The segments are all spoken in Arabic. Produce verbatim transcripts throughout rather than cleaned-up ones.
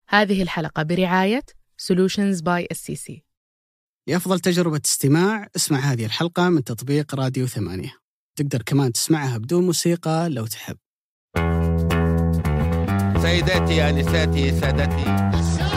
هذه الحلقة برعاية Solutions by إس سي سي. لأفضل تجربة استماع اسمع هذه الحلقة من تطبيق راديو ثمانية. تقدر كمان تسمعها بدون موسيقى لو تحب. سيداتي آنساتي سادتي،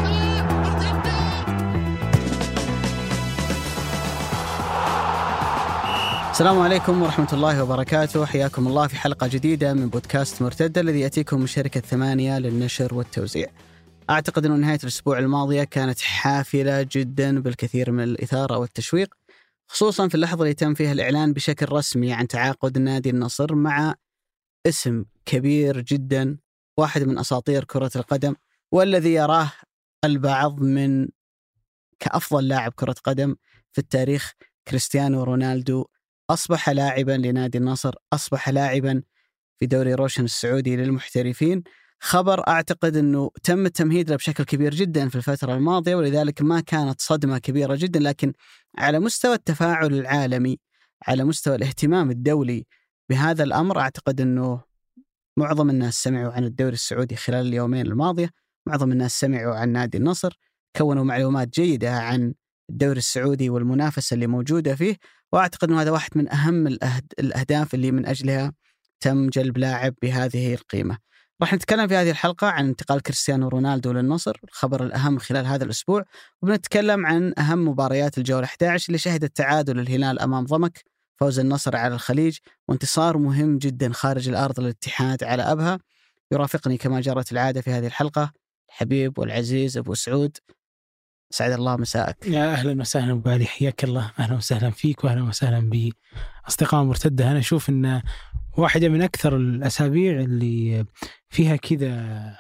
السلام عليكم ورحمة الله وبركاته. حياكم الله في حلقة جديدة من بودكاست مرتدة الذي يأتيكم من شركة ثمانية للنشر والتوزيع. أعتقد أن نهاية الأسبوع الماضية كانت حافلة جدا بالكثير من الإثارة والتشويق، خصوصا في اللحظة اللي تم فيها الإعلان بشكل رسمي عن تعاقد نادي النصر مع اسم كبير جدا، واحد من أساطير كرة القدم، والذي يراه البعض من كأفضل لاعب كرة قدم في التاريخ. كريستيانو رونالدو أصبح لاعبا لنادي النصر، أصبح لاعبا في دوري روشن السعودي للمحترفين. خبر أعتقد أنه تم التمهيد له بشكل كبير جدا في الفترة الماضية، ولذلك ما كانت صدمة كبيرة جدا، لكن على مستوى التفاعل العالمي، على مستوى الاهتمام الدولي بهذا الأمر، أعتقد أنه معظم الناس سمعوا عن الدوري السعودي خلال اليومين الماضية، معظم الناس سمعوا عن نادي النصر، كونوا معلومات جيدة عن الدوري السعودي والمنافسة اللي موجودة فيه. وأعتقد أنه هذا واحد من أهم الأهد... الأهداف اللي من أجلها تم جلب لاعب بهذه القيمة. راح نتكلم في هذه الحلقة عن انتقال كريستيانو رونالدو للنصر، الخبر الأهم خلال هذا الأسبوع، وبنتكلم عن أهم مباريات الجولة أحد عشر اللي شهدت تعادل الهلال أمام ضمك، فوز النصر على الخليج، وانتصار مهم جدا خارج الأرض للاتحاد على أبها. يرافقني كما جرت العادة في هذه الحلقة الحبيب والعزيز أبو سعود، سعد الله مساءك. يا أهلا وسهلا أبو علي، حياك الله، أهلا وسهلا فيك وأهلا وسهلا بأصدقاء مرتدة. أنا أشوف أن واحدة من أكثر الأسابيع اللي فيها كذا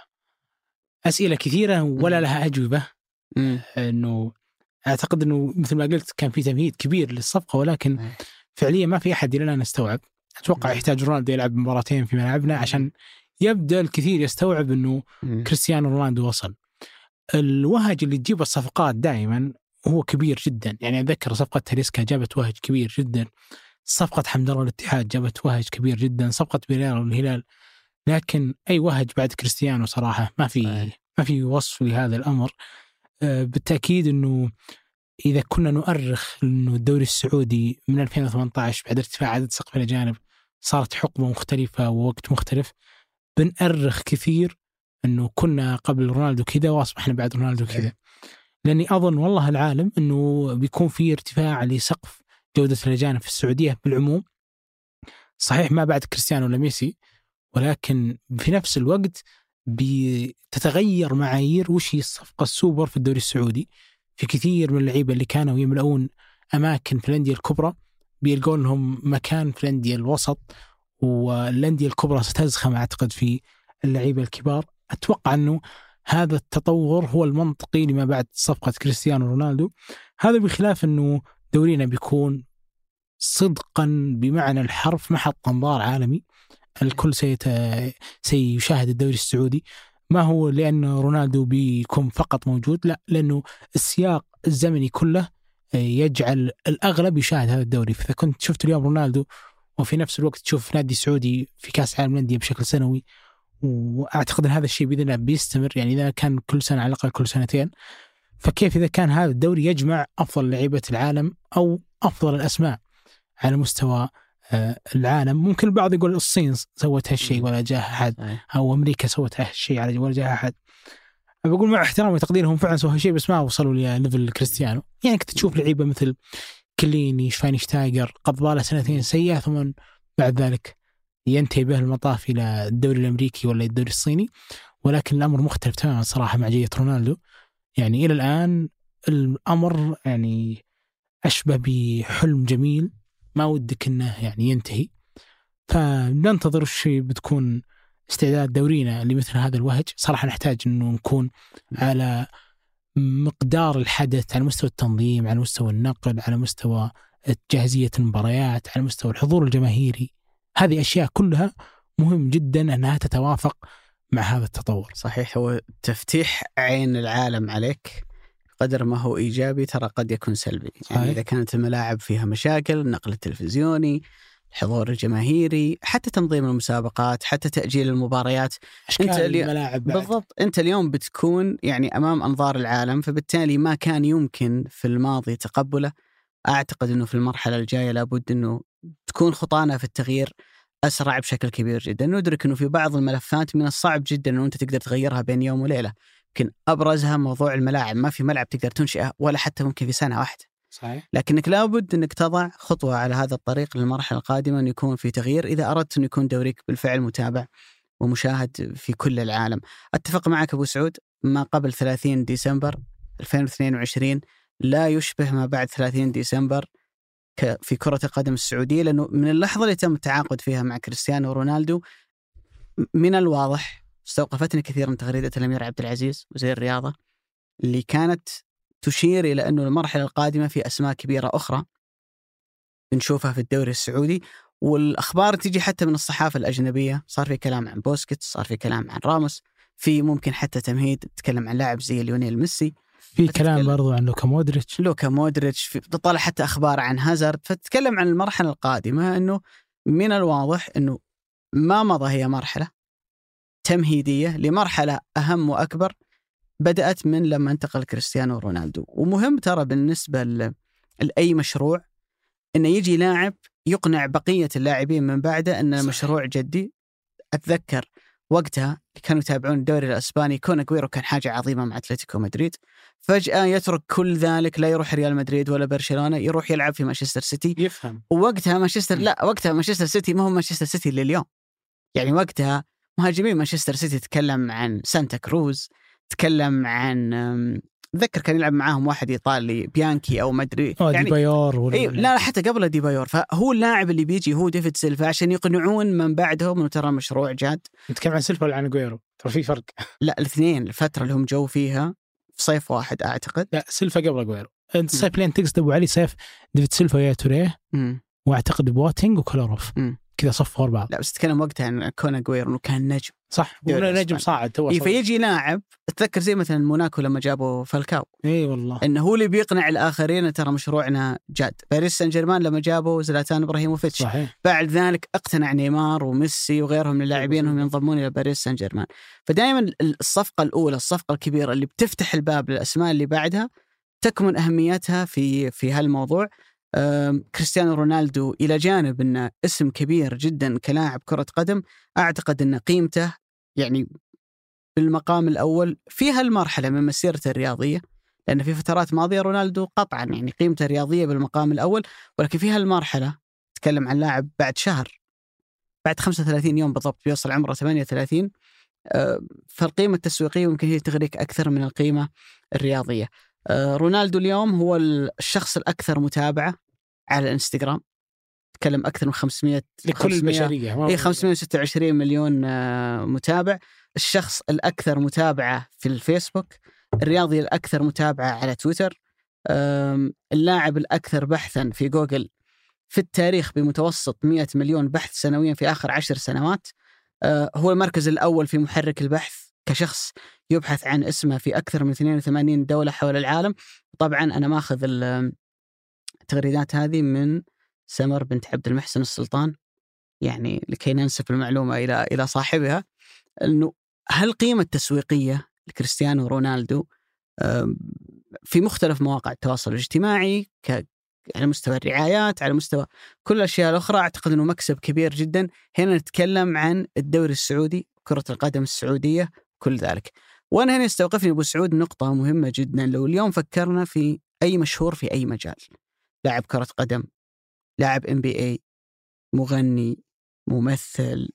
أسئلة كثيرة ولا لها أجوبة. م. أنه أعتقد أنه مثل ما قلت كان في تمهيد كبير للصفقة، ولكن م. فعليا ما في أحد لنا نستوعب. أتوقع م. يحتاج رونالدو يلعب مباراتين في ملعبنا عشان يبدأ الكثير يستوعب أنه م. كريستيانو رونالدو وصل. الوهج اللي تجيب الصفقات دائما هو كبير جدا، يعني أذكر صفقة تاليسكا جابت وهج كبير جدا، صفقة حمد الله الاتحاد جابت وهج كبير جدا، صفقة بيريرا والهلال، لكن أي وهج بعد كريستيانو صراحة ما في ما في وصف لهذا الأمر. بالتأكيد أنه إذا كنا نؤرخ أنه الدوري السعودي من ألفين وثمانية عشر بعد ارتفاع عدد سقف الأجانب صارت حقبة مختلفة ووقت مختلف، بنأرخ كثير أنه كنا قبل رونالدو كذا وأصبحنا بعد رونالدو كذا، لأني أظن والله العالم أنه بيكون في ارتفاع لسقف جودة الأجانب في السعودية بالعموم، صحيح ما بعد كريستيانو ولا ميسي، ولكن في نفس الوقت بتتغير معايير وش هي الصفقة السوبر في الدوري السعودي. في كثير من اللعيبة اللي كانوا يملؤون أماكن في الأندية الكبرى بيلقون لهم مكان في الأندية الوسط، والأندية الكبرى ستزخم أعتقد في اللعيبة الكبار. أتوقع أنه هذا التطور هو المنطقي لما بعد صفقة كريستيانو رونالدو. هذا بخلاف أنه دورينا بيكون صدقا بمعنى الحرف محط أنظار عالمي، الكل سيت... سيشاهد الدوري السعودي. ما هو لأن رونالدو بيكون فقط موجود، لا، لأنه السياق الزمني كله يجعل الأغلب يشاهد هذا الدوري. فإذا كنت شفت اليوم رونالدو وفي نفس الوقت تشوف نادي سعودي في كأس العالم للأندية بشكل سنوي، وأعتقد أن هذا الشيء بإذن الله بيستمر، يعني إذا كان كل سنة على الأقل كل سنتين، فكيف إذا كان هذا الدوري يجمع أفضل لعيبة العالم أو أفضل الأسماء على مستوى العالم. ممكن البعض يقول الصين سوت هالشيء ولا جاء أحد، أو أمريكا سوت هالشيء على ولا جاء أحد. بقول مع احترام وتقديرهم فعلا سووا هالشيء، بس ما وصلوا لليفل كريستيانو. يعني كنت تشوف لعيبة مثل كليني، شفاينشتايجر، قضى له سنتين سيئة ثم بعد ذلك ينتهي به المطاف إلى الدوري الأمريكي ولا الدوري الصيني. ولكن الأمر مختلف تماما صراحة مع جية رونالدو. يعني إلى الآن الأمر يعني أشبه بحلم جميل ما ودك إنه يعني ينتهي. فننتظر الشيء بتكون استعداد دورينا لمثل هذا الوهج. صراحة نحتاج إنه نكون على مقدار الحدث على مستوى التنظيم، على مستوى النقل، على مستوى جاهزية المباريات، على مستوى الحضور الجماهيري. هذه أشياء كلها مهم جدا أنها تتوافق مع هذا التطور. صحيح، هو تفتيح عين العالم عليك قدر ما هو إيجابي ترى قد يكون سلبي. يعني إذا كانت الملاعب فيها مشاكل، النقل التلفزيوني، الحضور الجماهيري، حتى تنظيم المسابقات، حتى تأجيل المباريات. أشكال أنت الي... الملاعب بعد. بالضبط، أنت اليوم بتكون يعني أمام أنظار العالم، فبالتالي ما كان يمكن في الماضي تقبله. أعتقد أنه في المرحلة الجاية لابد أنه تكون خطانا في التغيير أسرع بشكل كبير جدا. ندرك أنه في بعض الملفات من الصعب جدا أنه أنت تقدر تغيرها بين يوم وليلة. يمكن أبرزها موضوع الملاعب، ما في ملعب تقدر تنشئه ولا حتى ممكن في سنة واحدة. صحيح. لكنك لابد أنك تضع خطوة على هذا الطريق للمرحلة القادمة، أن يكون في تغيير إذا أردت أن يكون دوريك بالفعل متابع ومشاهد في كل العالم. أتفق معك أبو سعود، ما قبل ثلاثين ديسمبر ألفين واثنين وعشرين لا يشبه ما بعد ثلاثين ديسمبر في كرة القدم السعودية، لأنه من اللحظة اللي تم التعاقد فيها مع كريستيانو رونالدو من الواضح استوقفتني كثيرا تغريدة الأمير عبد العزيز وزير الرياضة اللي كانت تشير إلى أنه المرحلة القادمة في أسماء كبيرة أخرى بنشوفها في الدوري السعودي. والأخبار تيجي حتى من الصحافة الأجنبية، صار في كلام عن بوسكيتس، صار في كلام عن راموس، في ممكن حتى تمهيد تتكلم عن لاعب زي ليونيل ميسي، في كلام برضو عن لوكا مودريتش لوكا مودريتش تطلع حتى أخبار عن هازارد. فتتكلم عن المرحلة القادمة أنه من الواضح أنه ما مضى هي مرحلة تمهيدية لمرحلة أهم وأكبر بدأت من لما انتقل كريستيانو رونالدو. ومهم ترى بالنسبة لأي مشروع أنه يجي لاعب يقنع بقية اللاعبين من بعده أن المشروع جدي. أتذكر وقتها كانوا يتابعون الدوري الأسباني، كون أغويرو كان حاجة عظيمة مع أتلتيكو مدريد، فجأة يترك كل ذلك، لا يروح ريال مدريد ولا برشلونة، يروح يلعب في مانشستر سيتي. يفهم. ووقتها مانشستر لا وقتها مانشستر سيتي ما هو مانشستر سيتي لليوم. يعني وقتها مهاجمين مانشستر سيتي تكلم عن سانتا كروز، تكلم عن ذكر كان يلعب معاهم واحد إيطالي بيانكي أو مدري يعني ديبايور ولا إيه لا حتى قبل ديبايور. فهو اللاعب اللي بيجي هو ديفيد سيلفا عشان يقنعون من بعدهم إنه ترى المشروع جاد. نتكلم عن سيلفا ولا عن أغويرو؟ ترى في فرق. لا الاثنين الفترة اللي هم جو فيها في صيف واحد أعتقد. لا سيلفا قبل أغويرو. أنت صيف لين تقصد أبو علي صيف ديفيد سيلفا ويا توريه وأعتقد بواتينغ وكلاروف كذا صفوا أربعة. لا بس تكلم وقتها عن كون أغويرو إنه كان نجم. صح نجم صاعد تو. إيه فيجي لاعب أتذكر زي مثلا موناكو لما جابوا فالكاو. إيه والله. إنه هو اللي بيقنع الآخرين ترى مشروعنا جاد. باريس سان جيرمان لما جابوا زلاتان إبراهيموفيتش. صحيح. بعد ذلك اقتنع نيمار وميسي وغيرهم من اللاعبين هم ينضمون إلى باريس سان جيرمان. فدائما الصفقة الأولى الصفقة الكبيرة اللي بتفتح الباب للأسماء اللي بعدها تكمن أهميتها في في هالموضوع. كريستيانو رونالدو إلى جانب أنه اسم كبير جدا كلاعب كرة قدم، أعتقد أن قيمته يعني بالمقام الأول في هالمرحلة من مسيرته الرياضية، لأن في فترات ماضية رونالدو قطعا يعني قيمته الرياضية بالمقام الأول، ولكن في هالمرحلة تكلم عن لاعب بعد شهر بعد خمسة وثلاثين يوم بالضبط بيوصل عمره ثمانية وثلاثين، فالقيمة التسويقية ممكن هي تغريك أكثر من القيمة الرياضية. رونالدو اليوم هو الشخص الأكثر متابعة على الانستغرام، تكلم أكثر من خمسمائة لكل البشرية إيه خمسمائة وستة وعشرين مليون متابع. الشخص الأكثر متابعة في الفيسبوك، الرياضي الأكثر متابعة على تويتر، اللاعب الأكثر بحثا في جوجل في التاريخ بمتوسط مئة مليون بحث سنويا في آخر عشر سنوات. هو المركز الأول في محرك البحث كشخص يبحث عن اسمه في أكثر من اثنين وثمانين دولة حول العالم. طبعا أنا ماخذ التغريدات هذه من سمر بنت عبد المحسن السلطان، يعني لكي ننسب المعلومة إلى إلى صاحبها، إنه هالقيمة التسويقية لكريستيانو رونالدو في مختلف مواقع التواصل الاجتماعي على مستوى الرعايات، على مستوى كل الأشياء الأخرى، أعتقد أنه مكسب كبير جدا. هنا نتكلم عن الدوري السعودي، كرة القدم السعودية، كل ذلك. وأنا هنا استوقفني أبو سعود نقطة مهمة جدا. لو اليوم فكرنا في أي مشهور في أي مجال، لاعب كرة قدم، لاعب إن بي إيه، مغني، ممثل،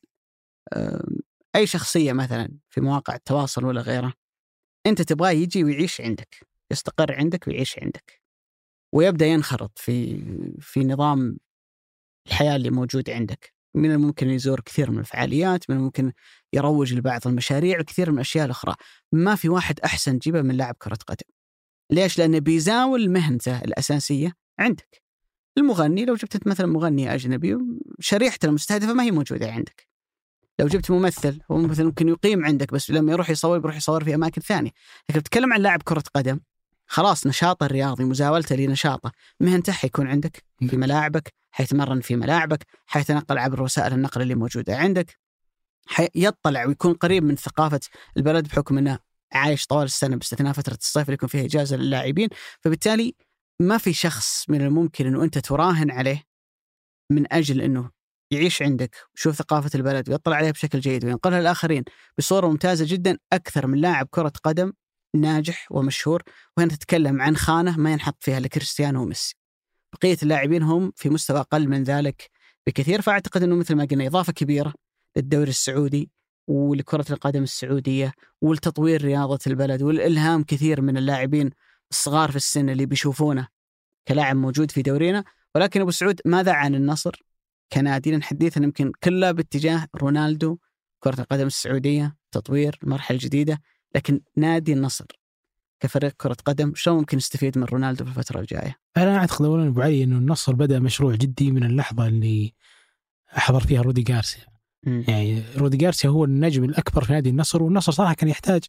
أي شخصية مثلا في مواقع التواصل ولا غيره، أنت تبغاه يجي ويعيش عندك، يستقر عندك ويعيش عندك، ويبدأ ينخرط في في نظام الحياة اللي موجود عندك. من الممكن يزور كثير من الفعاليات، من الممكن يروج لبعض المشاريع وكثير من الأشياء الأخرى. ما في واحد أحسن جيبه من لاعب كرة قدم. ليش؟ لأنه بيزاول مهنته الأساسية عندك. المغني لو جبت مثلا مغني أجنبي، شريحته المستهدفة ما هي موجودة عندك. لو جبت ممثل، هو مثلا ممكن يقيم عندك، بس لما يروح يصور بيروح يصور في أماكن ثانية. لكن بتكلم عن لاعب كرة قدم، خلاص نشاطه الرياضي مزاولته لنشاطه مهنته حيكون عندك في ملاعبك، حيتمرن في ملاعبك، حيتنقل عبر وسائل النقل اللي موجودة عندك، حيطلع ويكون قريب من ثقافة البلد بحكم أنه عايش طوال السنة باستثناء فترة الصيف اللي يكون فيها إجازة للاعبين. فبالتالي ما في شخص من الممكن أنه أنت تراهن عليه من أجل أنه يعيش عندك ويشوف ثقافة البلد ويطلع عليها بشكل جيد وينقلها للآخرين بصورة ممتازة جدا أكثر من لاعب كرة قدم ناجح ومشهور. وهنا تتكلم عن خانة ما ينحط فيها لكريستيانو وميسي، بقية اللاعبين هم في مستوى أقل من ذلك بكثير. فأعتقد أنه مثل ما قلنا إضافة كبيرة للدوري السعودي ولكرة القدم السعودية ولتطوير رياضة البلد والإلهام كثير من اللاعبين الصغار في السن اللي بيشوفونه كلاعب موجود في دورينا. ولكن أبو سعود ماذا عن النصر كنادي؟ لأن حديثنا يمكن كله باتجاه رونالدو، كرة القدم السعودية، تطوير المرحلة الجديدة، لكن نادي النصر كفريق كرة قدم شو ممكن نستفيد من رونالدو في الفترة الجاية؟ أنا أعتقد أولا أبو علي أنه النصر بدأ مشروع جدي من اللحظة اللي حضر فيها رودي غارسيا. م. يعني رودي غارسيا هو النجم الأكبر في نادي النصر، والنصر صراحة كان يحتاج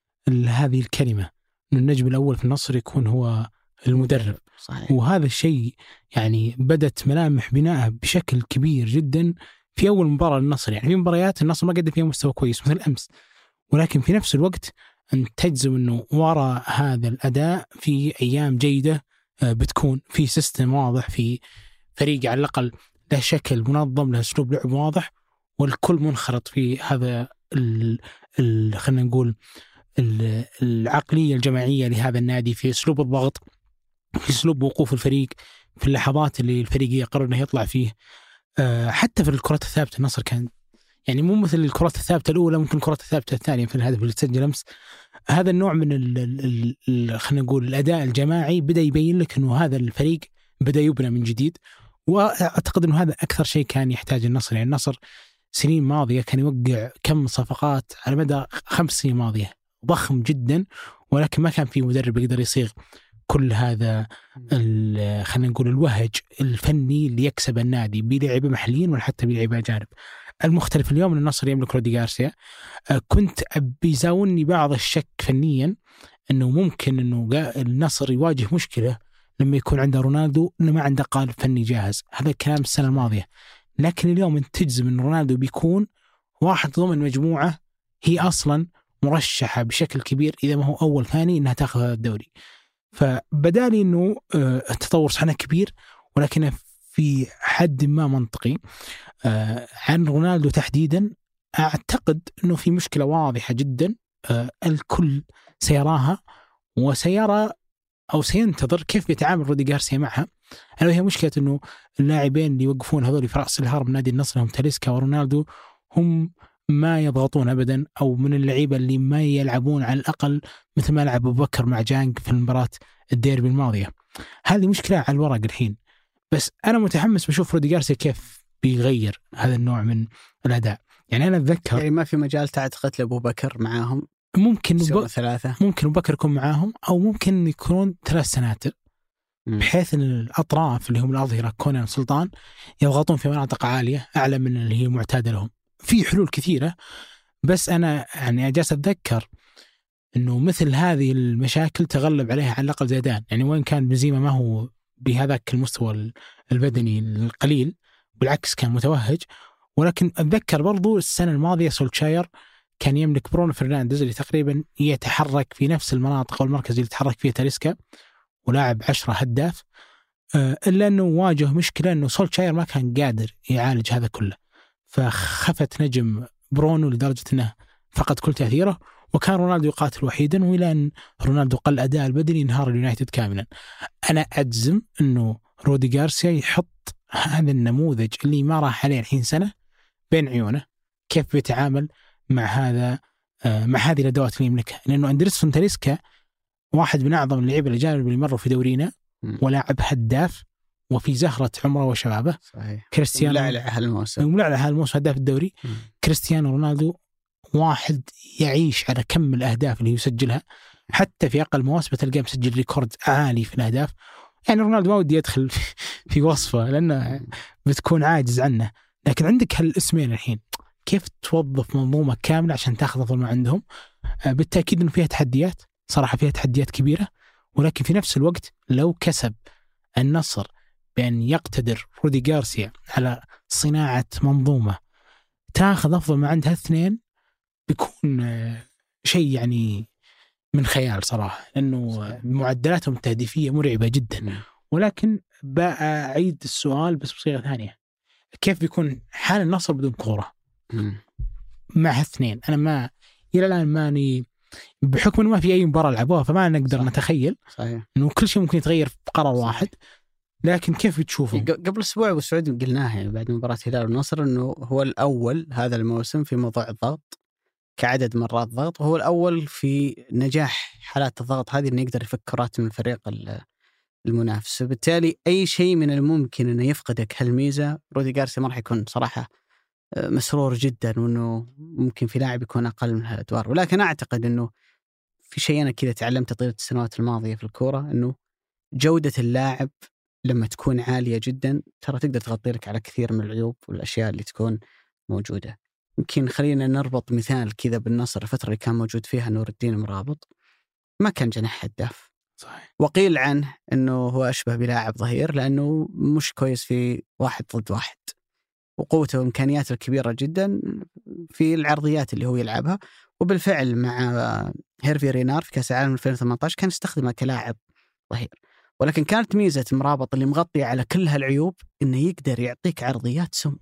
هذه الكلمة أنه النجم الأول في النصر يكون هو المدرب. صحيح. وهذا الشيء يعني بدت ملامح بناءه بشكل كبير جدا في أول مباراة للنصر. يعني في مباريات النصر ما قدم فيها مستوى كويس مثل أمس، ولكن في نفس الوقت أن تجزم أنه وراء هذا الأداء في أيام جيدة بتكون في سيستم واضح، في فريق على الأقل له شكل منظم، له أسلوب لعب واضح، والكل منخرط في هذا ال ال خلينا نقول ال العقلية الجماعية لهذا النادي، في أسلوب الضغط، في أسلوب وقوف الفريق في اللحظات اللي الفريق يقرر أنه يطلع فيه. أه حتى في الكرات الثابتة النصر كان يعني مو مثل الكرات الثابتة الأولى، ممكن الكرات الثابتة الثانية في الهدف اللي تسجل أمس. هذا النوع من ال ال ال خلينا نقول الأداء الجماعي بدأ يبين لك أنه هذا الفريق بدأ يبنى من جديد. وأعتقد أنه هذا أكثر شيء كان يحتاج النصر. يعني النصر سنين ماضية كان يوقع كم صفقات على مدى خمس سنين ماضية ضخم جدا، ولكن ما كان في مدرب يقدر يصيغ كل هذا خلينا نقول الوهج الفني اللي يكسب النادي بلعبة محليين ولا حتى بلعبة أجانب. المختلف اليوم أن النصر يملك رودي غارسيا. كنت بيزاوني بعض الشك فنيا أنه ممكن أنه النصر يواجه مشكلة لما يكون عنده رونالدو أنه ما عنده قالب فني جاهز. هذا الكلام السنة الماضية، لكن اليوم أنت تجزم أن رونالدو بيكون واحد ضمن مجموعة هي أصلا مرشحة بشكل كبير إذا ما هو أول ثاني أنها تأخذ الدوري. فبدالي أنه التطور صحنا كبير، ولكن في حد ما منطقي. عن رونالدو تحديدا أعتقد أنه في مشكلة واضحة جدا الكل سيراها وسيرى أو سينتظر كيف بيتعامل رودي غارسيا معها. ألا وهي مشكلة أنه اللاعبين اللي يوقفون هذول في رأس الهرم نادي النصر هم تاليسكا ورونالدو، هم ما يضغطون أبدا، أو من اللعيبة اللي ما يلعبون على الأقل مثل ما لعب أبو بكر مع جانج في المباراة الديربي الماضية. هذه مشكلة على الورق الحين، بس أنا متحمس بشوف رودي غارسيا كيف بيغير هذا النوع من الأداء. يعني أنا أتذكر يعني ما في مجال تعتقد لأبو بكر معاهم، ممكن ب... ثلاثة ممكن أبو بكر يكون معاهم، أو ممكن يكونون ثلاث سناتر، بحيث أن الأطراف اللي هم الأظهرة كونان سلطان يضغطون في مناطق عالية أعلى من اللي هي معتادة لهم. في حلول كثيرة، بس أنا يعني أجلس أتذكر أنه مثل هذه المشاكل تغلب عليها على الأقل زيدان. يعني وين كان بنزيما ما هو بهذاك المستوى البدني القليل، بالعكس كان متوهج، ولكن أتذكر برضو السنة الماضية سولشاير كان يملك برونو فرنانديز اللي تقريبا يتحرك في نفس المناطق والمركز اللي يتحرك فيه تاليسكا، ولاعب عشرة هداف، إلا أنه واجه مشكلة أنه سولشاير ما كان قادر يعالج هذا كله، فخفت نجم برونو لدرجة أنه فقد كل تأثيره، وكان رونالدو يقاتل وحيدا، وإلى أن رونالدو قل أداء البدني انهار اليونايتد كاملا. أنا أجزم أنه رودي غارسيا يحط هذا النموذج اللي ما راح عليه الحين سنة بين عيونه، كيف بيتعامل مع هذا مع هذه الأدوات اللي يملكها. لأنه أندرسون تاليسكا واحد من أعظم اللعيبة الأجانب اللي مروا في دورينا، ولاعب هداف وفي زهرة عمره وشبابه. صحيح. كريستيانو ملعلع هالموسم ملعلع هالموسم هداف الدوري. م. كريستيانو رونالدو واحد يعيش على كم الأهداف اللي يسجلها، حتى في أقل مواسم تلقاه مسجل ريكورد عالي في الأهداف. يعني رونالدو ما ودي يدخل في وصفه لأنه بتكون عاجز عنه، لكن عندك هالاسمين الحين كيف توظف منظومة كاملة عشان تاخذ ظلم عندهم. بالتأكيد إنه فيها تحديات، صراحة فيها تحديات كبيرة، ولكن في نفس الوقت لو كسب النصر بأن يقتدر رودي غارسيا على صناعة منظومة تأخذ أفضل ما عندها اثنين، بيكون شيء يعني من خيال صراحة، لأنه معدلاتهم التهديفية مرعبة جدا. ولكن بأعيد السؤال بس بصيغة ثانية، كيف بيكون حال النصر بدون كورة مع اثنين؟ أنا ما إلى الآن ماني بحكم إنه ما في أي مباراة لعبوها فما نقدر صحيح. نتخيل صحيح. إنه كل شيء ممكن يتغير بقرار صحيح. واحد. لكن كيف بتشوفه؟ قبل أسبوع أبو سعود قلناها يعني بعد مباراة هلال والنصر إنه هو الأول هذا الموسم في موضوع الضغط كعدد مرات ضغط، وهو الأول في نجاح حالات الضغط هذه إنه يقدر يفك كرات من الفريق المنافس. وبالتالي أي شيء من الممكن إنه يفقدك هالميزة رودي غارسيا ما راح يكون صراحة مسرور جدا، وإنه ممكن في لاعب يكون أقل من هالأدوار. ولكن أعتقد إنه في شيء أنا كذا تعلمت طيلة السنوات الماضية في الكورة، إنه جودة اللاعب لما تكون عالية جدا ترى تقدر تغطي لك على كثير من العيوب والأشياء اللي تكون موجودة. يمكن خلينا نربط مثال كذا بالنصر، الفترة اللي كان موجود فيها نور الدين مرابط ما كان جناح هداف صحيح. وقيل عنه أنه هو أشبه بلاعب ظهير لأنه مش كويس في واحد ضد واحد، وقوته وإمكانياته الكبيرة جدا في العرضيات اللي هو يلعبها. وبالفعل مع هيرفي رينار في كأس العالم ألفين وثمانية عشر كان يستخدمه كلاعب ظهير، ولكن كانت ميزة مرابط اللي مغطية على كل هالعيوب إنه يقدر يعطيك عرضيات سم.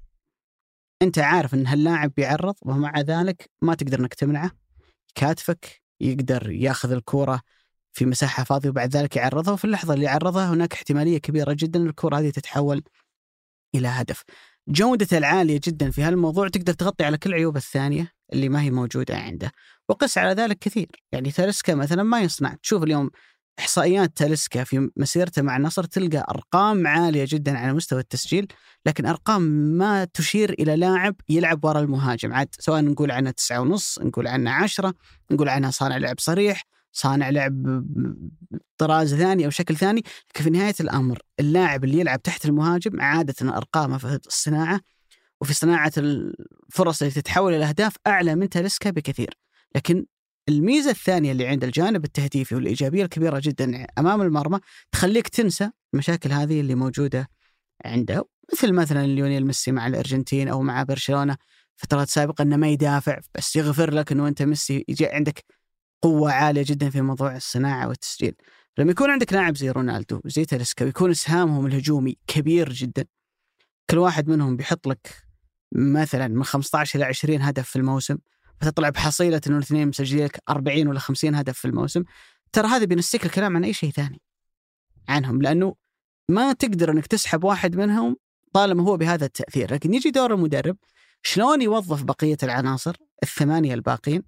أنت عارف إن هاللاعب بيعرض ومع ذلك ما تقدر إنك تمنعه، يكاتفك، يقدر ياخذ الكرة في مساحة فاضية وبعد ذلك يعرضها، وفي اللحظة اللي يعرضها هناك احتمالية كبيرة جدا الكرة هذه تتحول إلى هدف. جودة العالية جدا في هالموضوع تقدر تغطي على كل عيوب الثانية اللي ما هي موجودة عنده. وقس على ذلك كثير، يعني تاليسكا مثلا ما يصنع، تشوف اليوم إحصائيات تاليسكا في مسيرته مع النصر تلقى أرقام عالية جدا على مستوى التسجيل، لكن أرقام ما تشير إلى لاعب يلعب وراء المهاجم. عاد سواء نقول عنه تسعة ونص، نقول عنه عشرة، نقول عنه صانع لعب صريح، صانع لعب طراز ثاني أو شكل ثاني، لكن في نهاية الأمر اللاعب اللي يلعب تحت المهاجم عادة أرقامه في الصناعة وفي صناعة الفرص اللي تتحول إلى أهداف أعلى من تاليسكا بكثير. لكن الميزة الثانية اللي عند الجانب التهديفي والإيجابية الكبيرة جدا أمام المرمى تخليك تنسى المشاكل هذه اللي موجودة عنده، مثل مثلا ليونيل ميسي مع الأرجنتين أو مع برشلونة فترات سابقة أنه ما يدافع بس يغفر لك أنه أنت ميسي يجي عندك قوة عالية جدا في موضوع الصناعة والتسجيل. لما يكون عندك لاعب زي رونالدو وزي تاليسكا ويكون إسهامهم الهجومي كبير جدا، كل واحد منهم بيحط لك مثلا من خمسة عشر إلى عشرين هدف في الموسم، فتطلع بحصيلة أنه الاثنين مسجلين لك أربعين ولا خمسين هدف في الموسم، ترى هذا بينسيك الكلام عن أي شيء ثاني عنهم، لأنه ما تقدر أنك تسحب واحد منهم طالما هو بهذا التأثير. لكن يجي دور المدرب شلون يوظف بقية العناصر الثمانية الباقين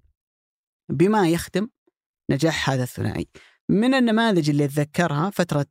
بما يخدم نجاح هذا الثنائي. من النماذج اللي أتذكرها فترة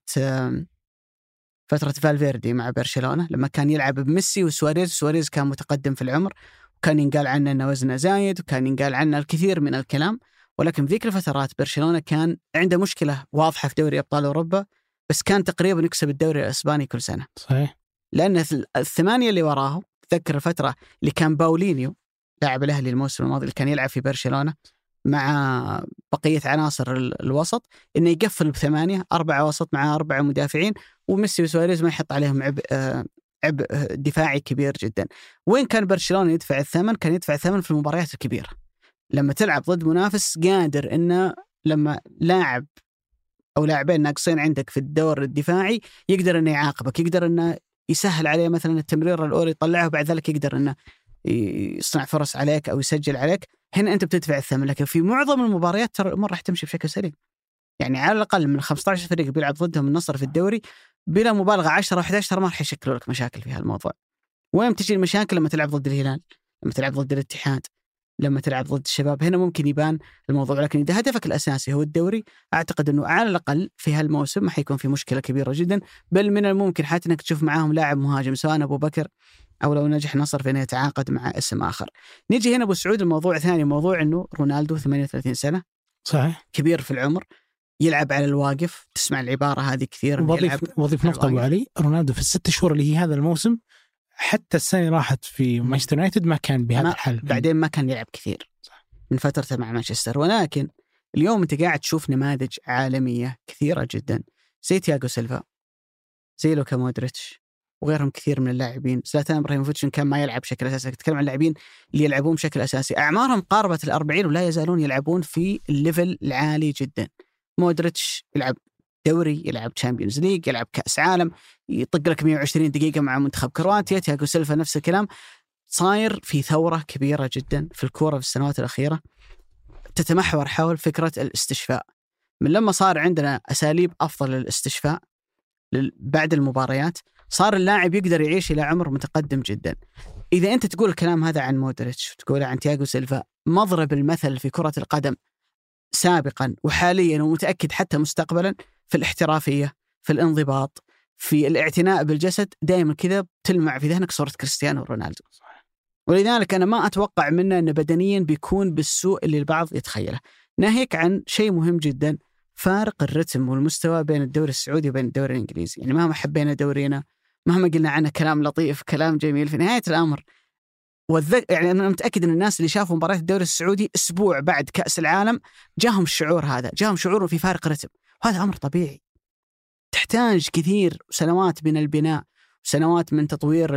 فترة فالفيردي مع برشلونة لما كان يلعب بميسي وسواريز، سواريز كان متقدم في العمر وكان ينقال عنه أنه وزنه زايد وكان ينقال عنه الكثير من الكلام، ولكن في ذيك الفترات برشلونة كان عنده مشكلة واضحة في دوري أبطال أوروبا، بس كان تقريبا يكسب الدوري الإسباني كل سنة صحيح. لأن الثمانية اللي وراه تذكر الفترة اللي كان باولينيو لاعب الأهلي الموسم الماضي اللي كان يلعب في برشلونة مع بقية عناصر الوسط إنه يقفل بثمانية، أربعة وسط مع أربعة مدافعين، وميسي وسواريز ما يحط عليهم عبء عبء دفاعي كبير جدا. وين كان برشلونة يدفع الثمن؟ كان يدفع الثمن في المباريات الكبيرة لما تلعب ضد منافس قادر إنه لما لاعب أو لاعبين ناقصين عندك في الدور الدفاعي يقدر إنه يعاقبك، يقدر إنه يسهل عليه مثلا التمرير الأولى يطلعه وبعد ذلك يقدر إنه يصنع فرص عليك أو يسجل عليك. هنا أنت بتدفع الثمن، لكن في معظم المباريات ترى الأمور راح تمشي بشكل سليم. يعني على الأقل من خمسة عشر فريق بيلعب ضدهم النصر في الدوري بلا مبالغة عشرة أو أحد عشر ما راح يشكلوا لك مشاكل في هالموضوع. وين تجي المشاكل؟ لما تلعب ضد الهلال، لما تلعب ضد الاتحاد، لما تلعب ضد الشباب، هنا ممكن يبان الموضوع. لكن إذا هدفك الأساسي هو الدوري أعتقد أنه على الأقل في هالموسم ما حيكون في مشكلة كبيرة جدا، بل من الممكن حتى أنك تشوف معاهم لاعب مهاجم سواء أبو بكر أو لو نجح نصر في أنه يتعاقد مع اسم آخر. نيجي هنا أبو سعود الموضوع ثاني، موضوع أنه رونالدو ثمانية وثلاثين سنة صحيح كبير في العمر، يلعب على الواقف، تسمع العبارة هذه كثير. وظيف وظيف نقطة أبو علي، رونالدو في الست شهور اللي هي هذا الموسم حتى السنة راحت في مانشستر يونايتد ما كان بهذا الحال، بعدين ما كان يلعب كثير من فترته مع مانشستر. ولكن اليوم أنت قاعد تشوف نماذج عالمية كثيرة جدا زي تياغو سيلفا، زي لوكا مودريتش، وغيرهم كثير من اللاعبين. زلاتان إبراهيموفيتش كان ما يلعب بشكل أساسي، تتكلم عن اللاعبين اللي يلعبون بشكل أساسي أعمارهم قاربت الأربعين ولا يزالون يلعبون في الليفل العالي جدا. مودريتش يلعب دوري، يلعب تشامبيونز ليج، يلعب كأس عالم، يطق لك مئة وعشرين دقيقة مع منتخب كرواتيا. تياغو سيلفا نفس الكلام. صاير في ثورة كبيرة جدا في الكورة في السنوات الأخيرة تتمحور حول فكرة الاستشفاء. من لما صار عندنا أساليب أفضل للاستشفاء بعد المباريات، صار اللاعب يقدر يعيش إلى عمر متقدم جدا. إذا أنت تقول الكلام هذا عن مودريتش وتقول عن تياغو سيلفا، مضرب المثل في كرة القدم سابقا وحاليا ومتأكد حتى مستقبلا في الاحترافية، في الانضباط، في الاعتناء بالجسد، دائما كذا تلمع في ذهنك صورة كريستيانو رونالدو. ولذلك أنا ما أتوقع منه أنه بدنيا بيكون بالسوء اللي البعض يتخيله. ناهيك عن شيء مهم جدا، فارق الرتم والمستوى بين الدوري السعودي وبين الدوري الإنجليزي. يعني مهما حبينا دورينا، مهما قلنا عنه كلام لطيف كلام جميل، في نهاية الأمر والذك... يعني أنا متأكد أن الناس اللي شافوا مباريات الدوري السعودي أسبوع بعد كأس العالم جاهم الشعور هذا، جاهم شعور في فارق رتم، وهذا أمر طبيعي. تحتاج كثير سنوات من البناء، سنوات من تطوير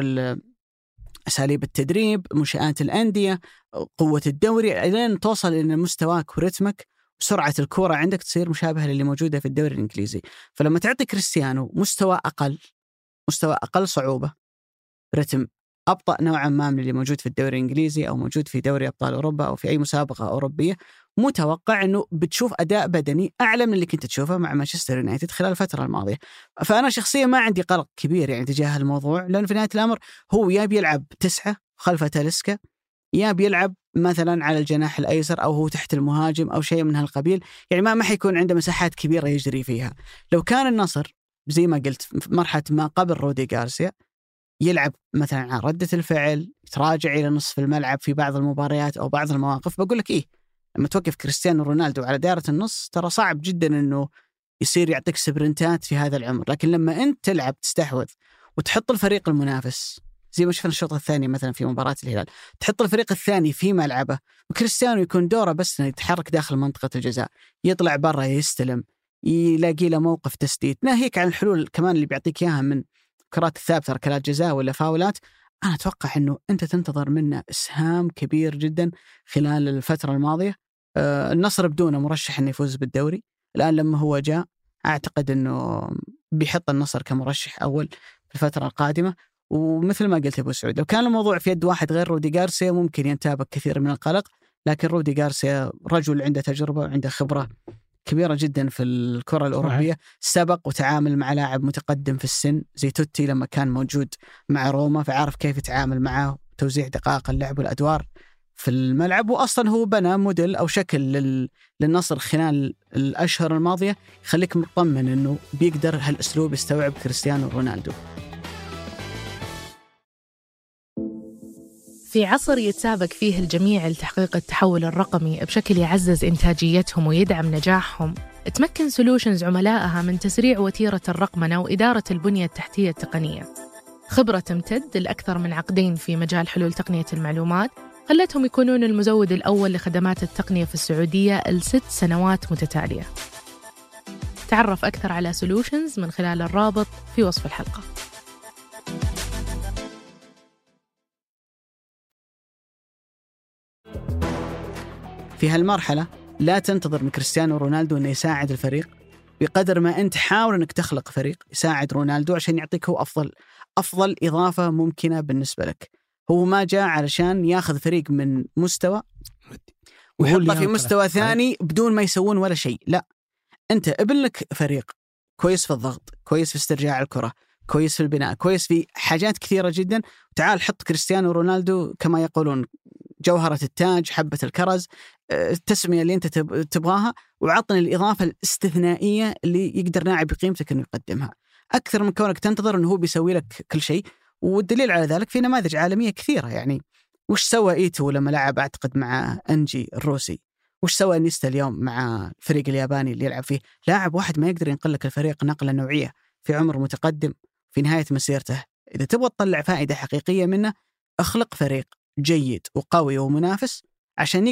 أساليب التدريب، منشآت الأندية، قوة الدوري، لين توصل إن مستواك ورتمك وسرعة الكرة عندك تصير مشابهة للي موجودة في الدوري الإنجليزي. فلما تعطي كريستيانو مستوى أقل، مستوى أقل صعوبة، رتم أبطأ نوعا ما من اللي موجود في الدوري الإنجليزي أو موجود في دوري أبطال أوروبا أو في أي مسابقة أوروبية، متوقع أنه بتشوف أداء بدني أعلى من اللي كنت تشوفه مع مانشستر يونايتد خلال الفترة الماضية. فأنا شخصيا ما عندي قلق كبير يعني تجاه الموضوع، لأن في نهاية الأمر هو يا بيلعب تسعة خلف تاليسكا، يا بيلعب مثلا على الجناح الأيسر، أو هو تحت المهاجم أو شيء من هالقبيل. يعني ما ما حيكون عنده مساحات كبيرة يجري فيها. لو كان النصر زي ما قلت في مرحلة ما قبل رودي غارسيا يلعب مثلا على ردة الفعل، يتراجع إلى نصف الملعب في بعض المباريات أو بعض المواقف، بقول لك إيه، لما توقف كريستيانو رونالدو على دائرة النص ترى صعب جدا أنه يصير يعطيك سبرنتات في هذا العمر. لكن لما أنت تلعب تستحوذ وتحط الفريق المنافس زي ما شفنا الشوط الثاني مثلا في مباراة الهلال، تحط الفريق الثاني في ملعبه وكريستيانو يكون دوره بس أنه يتحرك داخل منطقة الجزاء، يطلع برا يستلم، يلاقي له موقف تسديد، ناهيك عن الحلول كمان اللي بيعطيك إياها من كرات الثابتة، ركلات جزاء ولا فاولات. أنا أتوقع أنه أنت تنتظر منه إسهام كبير جدا خلال الفترة الماضية. آه النصر بدونه مرشح أنه يفوز بالدوري، الآن لما هو جاء أعتقد أنه بيحط النصر كمرشح أول في الفترة القادمة. ومثل ما قلت أبو سعود، لو كان الموضوع في يد واحد غير رودي غارسيا ممكن ينتابك كثير من القلق، لكن رودي غارسيا رجل عنده تجربة وعنده خبرة كبيرة جدا في الكرة الأوروبية، سبق وتعامل مع لاعب متقدم في السن زي توتي لما كان موجود مع روما، فعارف كيف يتعامل معه، توزيع دقائق اللعب والأدوار في الملعب. وأصلا هو بنى موديل أو شكل لل... للنصر خلال الأشهر الماضية يخليك مطمن أنه بيقدر هالأسلوب يستوعب كريستيانو رونالدو. في عصر يتسابق فيه الجميع لتحقيق التحول الرقمي بشكل يعزز إنتاجيتهم ويدعم نجاحهم، تمكن سولوشنز عملائها من تسريع وتيرة الرقمنة وإدارة البنية التحتية التقنية. خبرة تمتد لأكثر من عقدين في مجال حلول تقنية المعلومات خلتهم يكونون المزود الأول لخدمات التقنية في السعودية لست سنوات متتالية. تعرف أكثر على سولوشنز من خلال الرابط في وصف الحلقة. في هالمرحلة لا تنتظر من كريستيانو رونالدو أنه يساعد الفريق بقدر ما أنت حاول أنك تخلق فريق يساعد رونالدو عشان يعطيك هو أفضل أفضل إضافة ممكنة بالنسبة لك. هو ما جاء علشان ياخذ فريق من مستوى ويحطه في مستوى ثاني بدون ما يسوون ولا شيء، لا، أنت ابن لك فريق كويس في الضغط، كويس في استرجاع الكرة، كويس في البناء، كويس في حاجات كثيرة جدا، وتعال حط كريستيانو رونالدو كما يقولون جوهرة التاج، حبة الكرز، التسمية اللي أنت تبغاها، وعطني الإضافة الاستثنائية اللي يقدر لاعب بقيمتك أنه يقدمها، أكثر من كونك تنتظر أنه هو بيسوي لك كل شيء. والدليل على ذلك في نماذج عالمية كثيرة. يعني وش سوى إيتو لما لعب أعتقد مع أنجي الروسي؟ وش سوى نيستا اليوم مع الفريق الياباني اللي يلعب فيه؟ لاعب واحد ما يقدر ينقل لك الفريق نقلة نوعية في عمر متقدم في نهاية مسيرته. إذا تبغى تطلع فائدة حقيقية منه، أخلق فريق جيد وقوي ومنافس عشان يقدر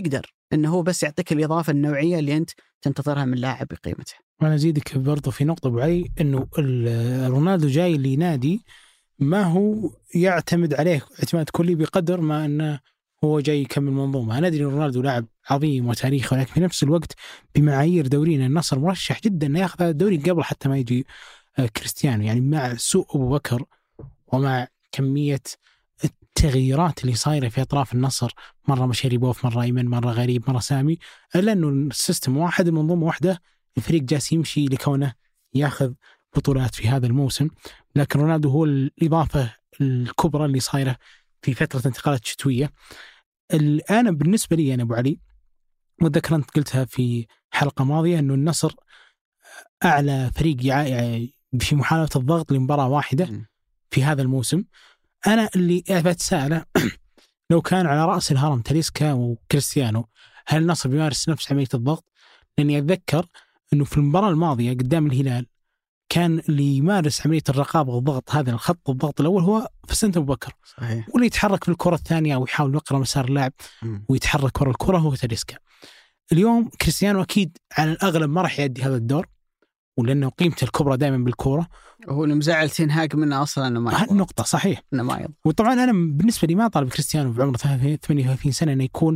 انه هو بس يعطيك الاضافه النوعيه اللي انت تنتظرها من لاعب بقيمته. وانا ازيدك برضو في نقطه ابو علي، انه رونالدو جاي لنادي ما هو يعتمد عليه اعتماد كلي بقدر ما انه هو جاي يكمل منظومه. انا ادري رونالدو لاعب عظيم وتاريخي، ولكن في نفس الوقت بمعايير دورينا النصر مرشح جدا انه ياخذ الدوري قبل حتى ما يجي كريستيانو. يعني مع سوء ابو بكر ومع كميه التغييرات اللي صايره في اطراف النصر، مره مشاريبوف، مره ايمن، مره غريب، مره سامي، الا انه السيستم واحد، المنظومه واحده، الفريق جالس يمشي لكونه ياخذ بطولات في هذا الموسم. لكن رونالدو هو الاضافه الكبرى اللي صايره في فتره انتقالات شتويه. الان بالنسبه لي انا ابو علي، وذكر انت قلتها في حلقه ماضيه، انه النصر اعلى فريق في محاوله الضغط لمباراه واحده في هذا الموسم. أنا اللي بتساءله لو كان على رأس الهرم تاليسكا وكريستيانو، هل النصر بيمارس نفس عملية الضغط؟ لأني أتذكر أنه في المباراة الماضية قدام الهلال كان اللي يمارس عملية الرقابة والضغط، هذا الخط الضغط الأول، هو فسنت أبو بكر. صحيح. واللي يتحرك في الكرة الثانية ويحاول يقرأ مسار اللاعب ويتحرك ورا الكرة هو تاليسكا. اليوم كريستيانو أكيد على الأغلب ما راح يؤدي هذا الدور، ولأنه قيمته الكبرى دائما بالكرة. هو اللي مزعل تنهاج منه أصلا إنه ما يبغى. النقطة صحيح. إنه ما يبغى. وطبعا أنا بالنسبة لي ما طالب كريستيانو بعمر ثمانية وثلاثين سنة إنه يكون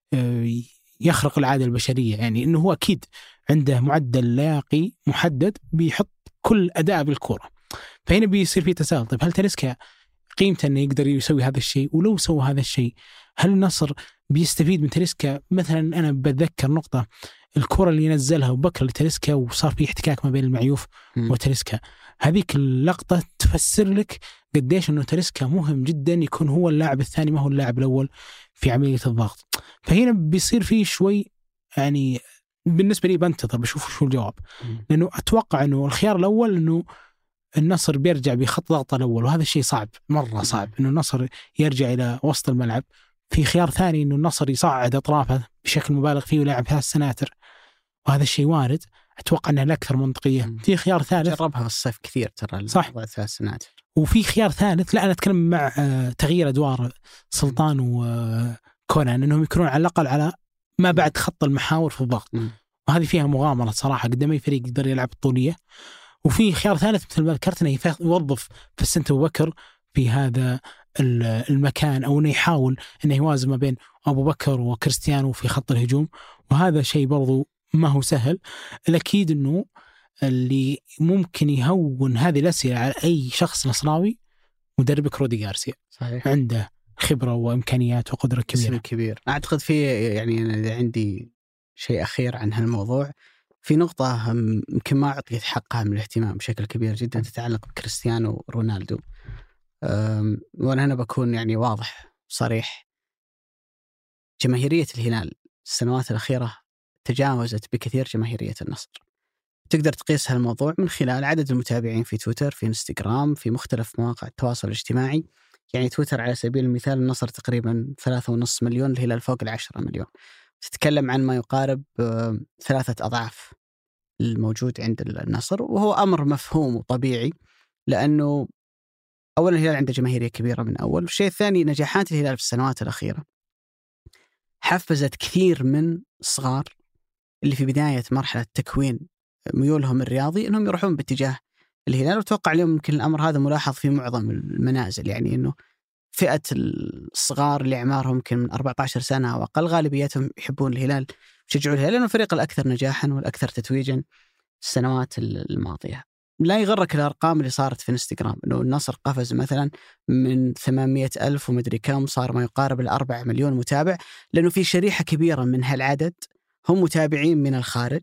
يخرق العادة البشرية، يعني إنه هو أكيد عنده معدل لياقي محدد بيحط كل أداء بالكرة. فهنا بيصير في تساؤل، طيب هل تاليسكا قيمته إنه يقدر يسوي هذا الشيء؟ ولو سوى هذا الشيء هل النصر بيستفيد من تاليسكا؟ مثلا أنا بتذكر نقطة، الكرة اللي نزلها وبكر لتاليسكا وصار في احتكاك ما بين المعيوف وتاليسكا، هذيك اللقطة تفسر لك قديش أنه تاليسكا مهم جدا يكون هو اللاعب الثاني ما هو اللاعب الأول في عملية الضغط. فهنا بيصير فيه شوي، يعني بالنسبة لي بنتظر بشوف شو الجواب، لأنه أتوقع أنه الخيار الأول أنه النصر بيرجع بخط ضغط الأول، وهذا الشيء صعب، مرة صعب أنه النصر يرجع إلى وسط الملعب. في خيار ثاني أنه النصر يصعد أطرافه بشكل مبالغ فيه ولاعب ثلاث سناتر، وهذا الشيء وارد، أتوقع أنها الأكثر منطقية. في خيار ثالث جربها في الصيف كثير ترى، صح، ثلاث سنوات. وفي خيار ثالث، لا أنا أتكلم مع تغيير أدوار سلطان وكونان، أنهم يكونون على الأقل على ما بعد خط المحاور في الضغط، وهذه فيها مغامرة صراحة قدام أي فريق يقدر يلعب الطولية. وفي خيار ثالث مثل ما ذكرت، أنه يوظف فسنت أبو بكر في هذا المكان، أو أنه يحاول أنه يوازن ما بين أبو بكر وكريستيانو في خط الهجوم، وهذا شيء برضو ما هو سهل. الأكيد أنه اللي ممكن يهون هذه الأسئلة على أي شخص نصراوي مدربك رودي غارسيا. صحيح. عنده خبرة وإمكانيات وقدرة كبيرة. كبير. أعتقد في يعني أنا عندي شيء أخير عن هالموضوع، في نقطة يمكن ما أعطيت حقها من الاهتمام بشكل كبير جدا تتعلق بكريستيانو رونالدو، وأنا هنا بكون يعني واضح صريح. جماهيرية الهلال السنوات الأخيرة تجاوزت بكثير جماهيرية النصر. تقدر تقيس هالموضوع من خلال عدد المتابعين في تويتر، في انستغرام، في مختلف مواقع التواصل الاجتماعي. يعني تويتر على سبيل المثال النصر تقريبا ثلاثة ونص مليون، الهلال فوق العشرة مليون. تتكلم عن ما يقارب ثلاثة أضعاف الموجود عند النصر، وهو أمر مفهوم وطبيعي، لأنه أولا الهلال عنده جماهيرية كبيرة من أول. والشيء الثاني نجاحات الهلال في السنوات الأخيرة حفزت كثير من الصغار اللي في بداية مرحلة تكوين ميولهم الرياضي أنهم يروحون باتجاه الهلال. وتوقع اليوم يمكن الأمر هذا ملاحظ في معظم المنازل، يعني أنه فئة الصغار اللي أعمارهم يمكن من أربعة عشر سنة أو أقل غالبيتهم يحبون الهلال، يشجعون الهلال لأنه الفريق الأكثر نجاحا والأكثر تتويجا السنوات الماضية. لا يغرك الأرقام اللي صارت في انستغرام، أنه النصر قفز مثلا من ثمانمائة ألف ومدري كم صار ما يقارب الأربع مليون متابع، لأنه في شريحة كبيرة من هالعدد هم متابعين من الخارج.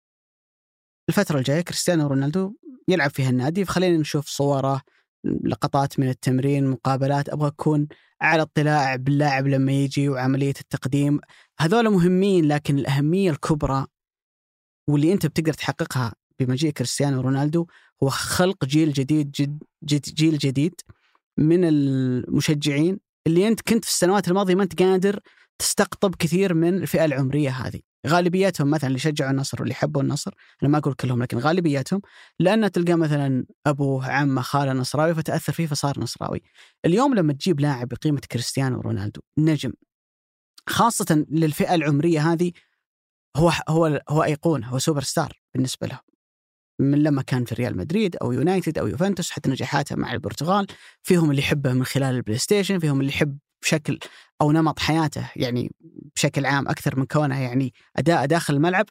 الفترة الجاية كريستيانو رونالدو يلعب في هالنادي، فخلينا نشوف صوره، لقطات من التمرين، مقابلات. أبغى أكون على اطلاع باللاعب لما يجي وعملية التقديم، هذول مهمين. لكن الأهمية الكبرى واللي أنت بتقدر تحققها بمجيء كريستيانو رونالدو هو خلق جيل جديد جد جد جيل جديد من المشجعين اللي أنت كنت في السنوات الماضية ما أنت قادر تستقطب كثير من الفئة العمرية هذه. غالبياتهم مثلا اللي شجعوا النصر واللي يحبوا النصر، أنا ما أقول كلهم لكن غالبياتهم، لأن تلقى مثلا أبوه عمه خاله نصراوي فتأثر فيه فصار نصراوي. اليوم لما تجيب لاعب بقيمة كريستيانو رونالدو، نجم خاصة للفئة العمرية هذه هو هو هو أيقونة، هو سوبر ستار بالنسبة له، من لما كان في ريال مدريد أو يونايتد أو يوفنتوس، حتى نجاحاته مع البرتغال. فيهم اللي يحبه من خلال البلاي ستيشن، فيهم اللي يحب بشكل أو نمط حياته يعني بشكل عام أكثر من كونه يعني أداء داخل الملعب.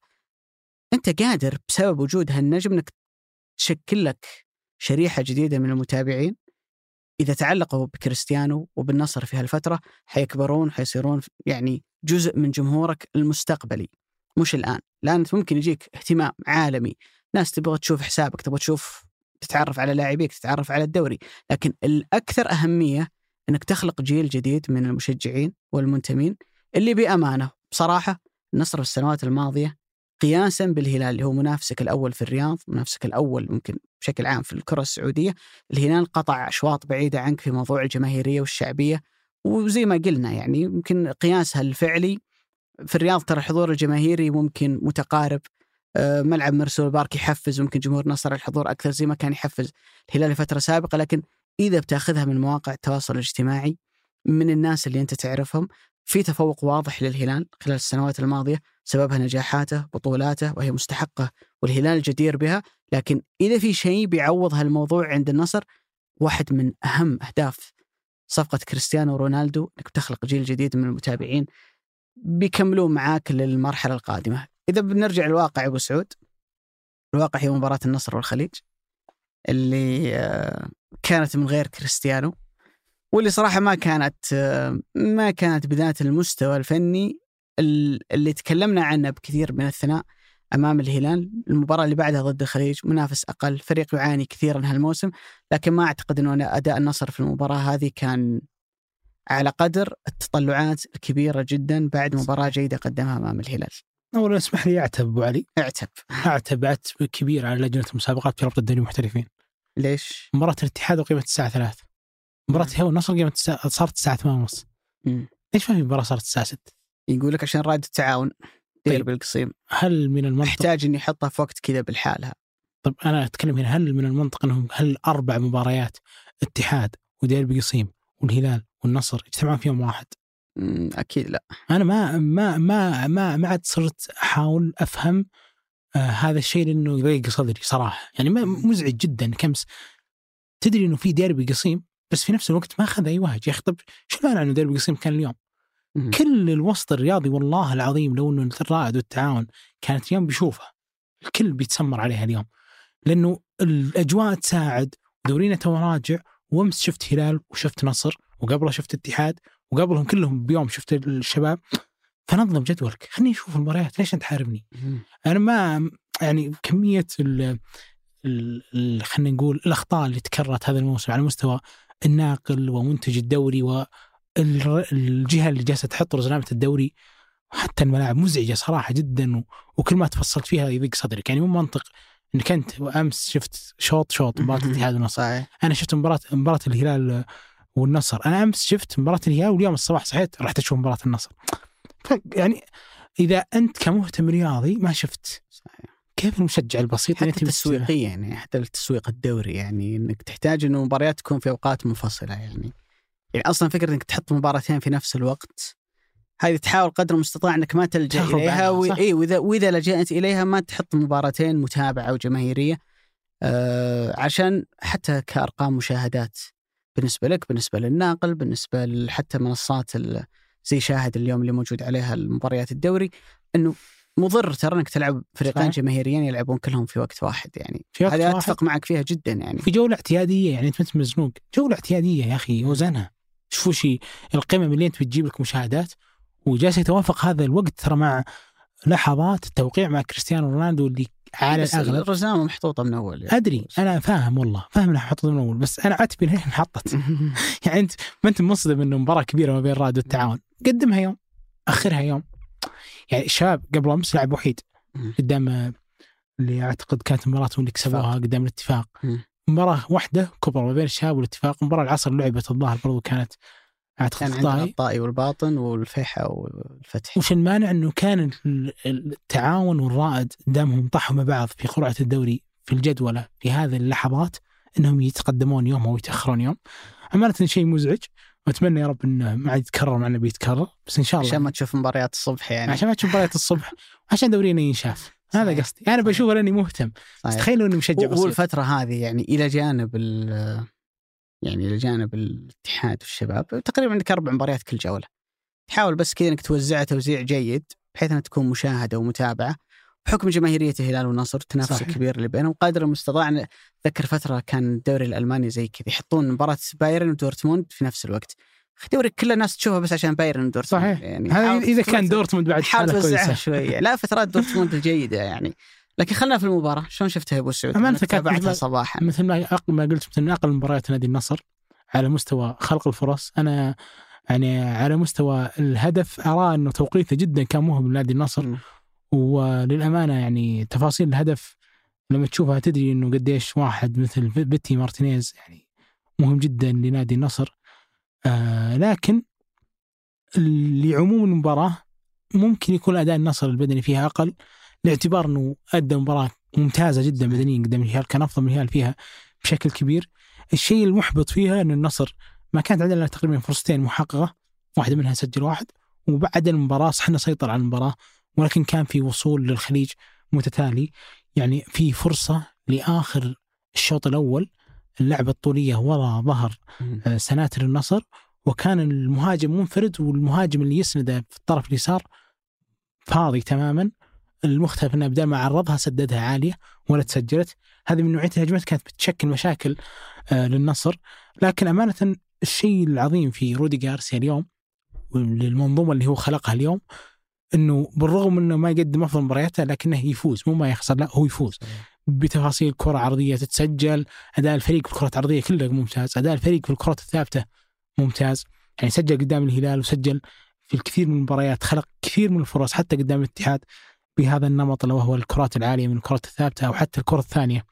أنت قادر بسبب وجود هالنجم أنك تشكل لك شريحة جديدة من المتابعين، إذا تعلقوا بكريستيانو وبالنصر في هالفترة حيكبرون، حيصيرون يعني جزء من جمهورك المستقبلي، مش الآن. الآن ممكن يجيك اهتمام عالمي، ناس تبغى تشوف حسابك، تبغى تشوف تتعرف على لاعبيك، تتعرف على الدوري، لكن الأكثر أهمية أنك تخلق جيل جديد من المشجعين والمنتمين اللي بأمانة بصراحة النصر في السنوات الماضية قياسا بالهلال اللي هو منافسك الأول في الرياض، منافسك الأول ممكن بشكل عام في الكرة السعودية، الهلال قطع أشواط بعيدة عنك في موضوع الجماهيرية والشعبية. وزي ما قلنا يعني ممكن قياسها الفعلي في الرياض ترى الحضور الجماهيري ممكن متقارب، أه ملعب مرسول بارك يحفز ممكن جمهور نصر الحضور أكثر زي ما كان يحفز الهلال فترة سابقة. لكن إذا بتاخذها من مواقع التواصل الاجتماعي من الناس اللي أنت تعرفهم، في تفوق واضح للهلال خلال السنوات الماضية، سببها نجاحاته بطولاته وهي مستحقة والهلال جدير بها. لكن إذا في شيء بيعوض هالموضوع عند النصر، واحد من أهم أهداف صفقة كريستيانو رونالدو إنك تخلق جيل جديد من المتابعين بيكملون معاك للمرحلة القادمة. إذا بنرجع الواقع أبو سعود، الواقع هي مباراة النصر والخليج اللي كانت من غير كريستيانو، واللي صراحة ما كانت ما كانت بذات المستوى الفني اللي تكلمنا عنه بكثير من الثناء أمام الهلال. المباراة اللي بعدها ضد الخليج منافس أقل، فريق يعاني كثيرا هالموسم، لكن ما أعتقد أنه أداء النصر في المباراة هذه كان على قدر التطلعات الكبيرة جدا بعد مباراة جيدة قدمها أمام الهلال. أولا اسمح لي أعتب أبو علي، أعتب أعتب عتب كبير على لجنة المسابقات في رابطة الدوري المحترفين. ليش؟ مباراة الاتحاد وقيمة الساعة ثلاث، مباراة هو النصر قيمة الساعة صارت الساعة ثمانية ونص. ليش ما في مباراة صارت الساعة ستة؟ يقولك عشان رائد التعاون دير بالقصيم. هل من المنطق يحتاج إن يحطها في وقت كذا بالحالها؟ طب أنا أتكلم هنا، هل من المنطق أنهم هل أربع مباريات اتحاد وديربي قصيم والهلال والنصر يجتمعون في يوم واحد؟ أكيد لا. أنا ما ما ما ما ما عاد صرت أحاول أفهم آه هذا الشيء لأنه يضيق صدري صراحة. يعني مزعج جدا. كمس تدري إنه في ديربي قصيم بس في نفس الوقت ما أخذ أي وجه. يا أخي طب شو معنى إنه ديربي قصيم كان اليوم؟ مم. كل الوسط الرياضي والله العظيم لو إنه الرائد والتعاون كانت اليوم بيشوفها، الكل بيتسمر عليها اليوم، لأنه الأجواء تساعد. دورينا تو راجع، وامس شفت هلال وشفت نصر وقبله شفت اتحاد وقبلهم كلهم بيوم شفت الشباب. فنظم جدولك، خليني أشوف المباريات، ليش أنت حاربني؟ أنا ما يعني كمية ال ال خلينا نقول الأخطاء اللي تكررت هذا الموسم على مستوى الناقل ومنتج الدوري والجهة اللي جالسة تحط رزنامة الدوري وحتى الملاعب مزعجة صراحة جدا، وكل ما تفصلت فيها يضيق صدرك. يعني مو منطق إنك أنت أمس شفت شوط شوط مباراة الاتحاد والنصر، أنا شفت مباراة مباراة الهلال والنصر، أنا أمس شفت مباراة الهلال واليوم الصباح صحيت رحت أشوف مباراة النصر. يعني إذا أنت كمهتم رياضي ما شفت كيف المشجع البسيط حتى التسويقية يعني حتى التسويق الدوري يعني إنك تحتاج إنه مباريات تكون في أوقات منفصلة. يعني يعني أصلا فكرة إنك تحط مباراتين في نفس الوقت هذه تحاول قدر المستطاع إنك ما تلجأ إليها و... إيه وإذا وإذا لجأت إليها ما تحط مباراتين متابعة وجماهيرية آه عشان حتى كأرقام مشاهدات بالنسبة لك، بالنسبة للناقل، بالنسبة حتى منصات ال... زي شاهد اليوم اللي موجود عليها المباريات الدوري، إنه مضر ترى انك تلعب فريقين جماهيريين يلعبون كلهم في وقت واحد. يعني هذا اتفق معك فيها جدا. يعني في جولة اعتيادية، يعني انت مزنوق جولة اعتيادية يا اخي، وزنها شوفوا شيء القمم اللي انت بتجيب لك مشاهدات وجالس يتوافق هذا الوقت ترى مع لحظات التوقيع مع كريستيانو رونالدو اللي على الاغلب الرزانة محطوطة من اول. يعني ادري انا فاهم والله فاهم انها محطوطة من اول، بس انا عتبي انها انحطت. يعني انت ما انت مصدم انه مباراة كبيرة ما بين الرائد والتعاون، قدمها يوم اخرها يوم. يعني الشباب قبل أمس لعب وحيد قدام اللي أعتقد كانت مباراة اللي كسبوها قدام الاتفاق، مباراة واحدة كبرى ما بين الشباب والاتفاق. مباراة العصر لعبت الظاهر برضو كانت أعتقد كان عندنا الطائي والباطن والفيحة والفتح. وش المانع أنه كان التعاون والرائد دامهم طاحوا مع بعض في قرعة الدوري في الجدولة في هذه اللحظات أنهم يتقدمون يوم أو يتأخرون يوم. عمالة شيء مزعج. وأتمنى يا رب إنه ما عاد يتكرر معنا بيتكرر، بس إن شاء الله عشان ما تشوف مباريات الصبح يعني عشان ما تشوف مباريات الصبح عشان دورينا ينشاف. هذا قصدي أنا بشوف لأني مهتم. تخيلوا إني مشجع بسيط. والفترة هذه يعني إلى جانب يعني إلى جانب الاتحاد والشباب تقريبا عندك أربع مباريات كل جولة، تحاول بس كذا إنك توزعها توزيع جيد بحيث أنها تكون مشاهدة ومتابعة. بحكم جماهيرية الهلال والنصر التنافس الكبير اللي بينهم قدر المستطاع. ذكر فترة كان الدوري الألماني زي كذا يحطون مباراة بايرن ودورتموند في نفس الوقت، دوري كل الناس تشوفها بس عشان بايرن ودورتموند. صحيح يعني هذا إذا كان دورتموند بعد حاول توزعها شوية. لا فترات دورتموند الجيدة يعني. لكن خلنا في المباراة شلون شفتها يا أبو سعود؟ أمانة تابعتها صباحا مثل ما أقل ما قلت مثل من أقل مباريات نادي النصر على مستوى خلق الفرص. أنا يعني على مستوى الهدف أرى أنه توقيته جدا كان مهم لنادي النصر م. وللأمانة يعني تفاصيل الهدف لما تشوفها تدري أنه قديش واحد مثل بيتي مارتينيز يعني مهم جدا لنادي النصر. آه لكن لعموم المباراة ممكن يكون أداء النصر البدني فيها أقل، لاعتبار أنه أدى مباراة ممتازة جدا بدنيا قدام الهلال، كان أفضل من الهلال فيها بشكل كبير. الشيء المحبط فيها أن النصر ما كانت عندنا تقريبا فرصتين محققة، واحدة منها سجل واحد، وبعد المباراة صحنا سيطر على المباراة ولكن كان في وصول للخليج متتالي. يعني في فرصة لآخر الشوط الأول اللعبة الطولية وراء ظهر سناتر النصر وكان المهاجم منفرد والمهاجم اللي يسنده في الطرف اليسار فاضي تماما. المختلف أنه بدل ما عرضها سددها عالية ولا تسجلت. هذه من نوعية الهجمات كانت بتشكل مشاكل آه للنصر. لكن أمانة الشيء العظيم في رودي غارسيا اليوم للمنظومة اللي هو خلقها اليوم أنه بالرغم أنه ما يقدم أفضل مبارياته لكنه يفوز، مو ما يخسر، لا هو يفوز بتفاصيل كرة عرضية تتسجل. أداء الفريق في الكرة العرضية كله ممتاز، أداء الفريق في الكرات الثابتة ممتاز. يعني سجل قدام الهلال وسجل في الكثير من المباريات، خلق كثير من الفرص حتى قدام الاتحاد بهذا النمط اللي هو الكرات العالية من الكرات الثابتة أو حتى الكرة الثانية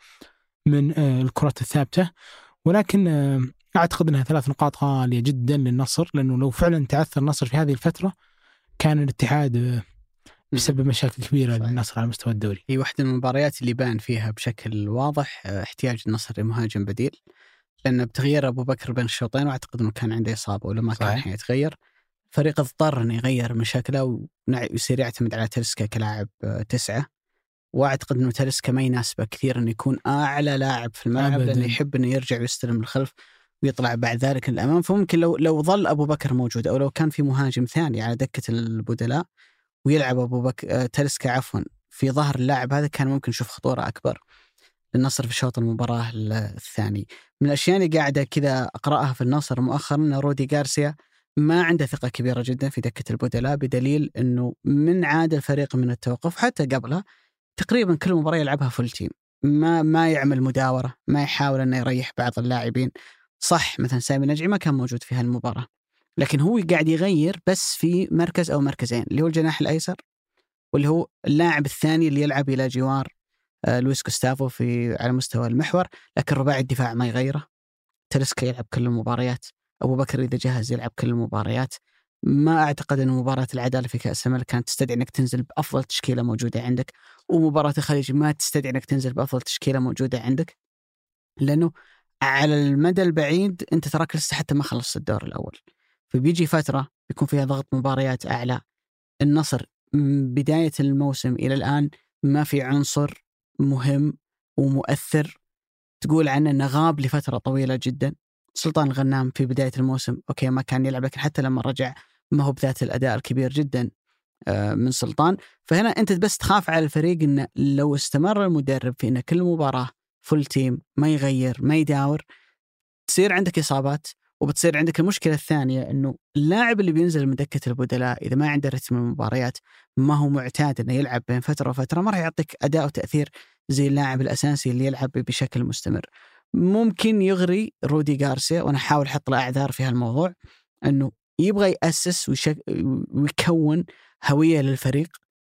من الكرات الثابتة. ولكن أعتقد أنها ثلاث نقاط غالية جدا للنصر، لأنه لو فعلا تعثر النصر في هذه الفترة كان الاتحاد بسبب مشاكل كبيرة للنصر على مستوى الدوري. هي واحدة من المباريات اللي بان فيها بشكل واضح احتياج النصر لمهاجم بديل، لأن بتغيير أبو بكر بين الشوطين وأعتقد أنه كان عنده إصابة ولما كان حيتغير فريق اضطر أن يغير مشاكله ويصير يعتمد على تلسكا كلاعب تسعة. وأعتقد أنه تلسكا ما يناسبه كثير أنه يكون أعلى لاعب في الملعب لأنه يحب أنه يرجع ويستلم الخلف ويطلع بعد ذلك للأمام. فممكن لو لو ظل أبو بكر موجود أو لو كان في مهاجم ثاني على دكة البدلاء ويلعب أبو بكر تلسكا عفوا في ظهر اللاعب هذا كان ممكن نشوف خطورة أكبر للنصر في شوط المباراة الثاني. من الأشياء اللي قاعدة كذا أقرأها في النصر مؤخرا أن رودي غارسيا ما عنده ثقة كبيرة جدا في دكة البدلاء، بدليل أنه من عاد الفريق من التوقف حتى قبلها تقريبا كل مباراة يلعبها فول تيم، ما ما يعمل مداورة، ما يحاول أنه يريح بعض اللاعبين. صح مثلا سامي نجعي ما كان موجود في هالمباراة لكن هو قاعد يغير بس في مركز أو مركزين اللي هو الجناح الأيسر واللي هو اللاعب الثاني اللي يلعب إلى جوار آه لويس كوستافو في على مستوى المحور، لكن رباعي الدفاع ما يغيره. تلسكا يلعب كل المباريات، أبو بكر إذا جهز يلعب كل المباريات. ما أعتقد أن مباراة العدالة في كأس الملك كانت تستدعي أنك تنزل بأفضل تشكيلة موجودة عندك، ومباراة الخليج ما تستدعي أنك تنزل بأفضل تشكيلة موجودة عندك، لأنه على المدى البعيد أنت تراك لسه حتى ما خلصت الدور الأول، فبيجي فترة بيكون فيها ضغط مباريات أعلى. النصر بداية الموسم إلى الآن ما في عنصر مهم ومؤثر تقول عنه أنه غاب لفترة طويلة جدا. سلطان الغنام في بداية الموسم أوكي ما كان يلعب، لكن حتى لما رجع ما هو بذات الأداء الكبير جدا من سلطان. فهنا أنت بس تخاف على الفريق أنه لو استمر المدرب في أن كل مباراة فول تيم ما يغير ما يداور تصير عندك إصابات، وبتصير عندك المشكلة الثانية أنه اللاعب اللي بينزل من دكة البدلاء إذا ما عنده رتم المباريات ما هو معتاد أنه يلعب بين فترة وفترة ما راح يعطيك أداء وتأثير زي اللاعب الأساسي اللي يلعب بشكل مستمر. ممكن يغري رودي غارسيا وأنا أحاول أحط له أعذار في هالموضوع أنه يبغى يأسس ويشك... ويكون هوية للفريق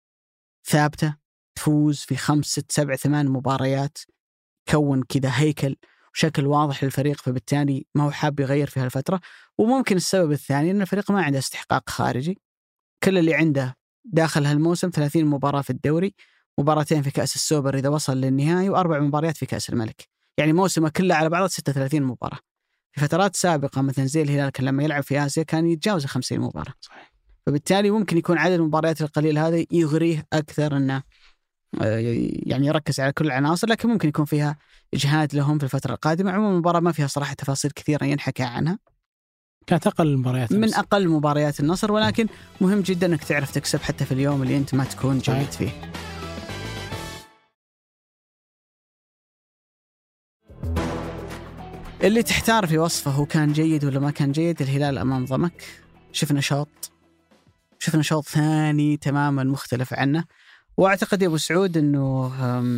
ثابتة تفوز في خمس ست سبع ثمان مباريات، كون كذا هيكل وشكل واضح للفريق، فبالتالي ما هو حاب يغير في هالفترة. وممكن السبب الثاني أن الفريق ما عنده استحقاق خارجي، كل اللي عنده داخل هالموسم ثلاثين مباراة في الدوري، مباراتين في كأس السوبر إذا وصل للنهاية، وأربع مباريات في كأس الملك، يعني موسمه كله على بعضه ستة وثلاثين مباراة. في فترات سابقة مثلا زي الهلال كان لما يلعب في آسيا كان يتجاوز خمسين مباراة. صحيح. فبالتالي ممكن يكون عدد المباريات القليل هذا يغريه أكثر أنه يعني يركز على كل العناصر، لكن ممكن يكون فيها إجهاد لهم في الفترة القادمة. عموما المباراة ما فيها صراحة تفاصيل كثيرة ينحكى عنها، كانت أقل المباريات من أقل مباريات النصر، ولكن مهم جدا أنك تعرف تكسب حتى في اليوم اللي أنت ما تكون جيد فيه. اللي تحتار في وصفه هو كان جيد ولا ما كان جيد. الهلال أمام ضمك شفنا شوط شفنا شوط ثاني تماما مختلف عنه، وأعتقد يا أبو سعود أنه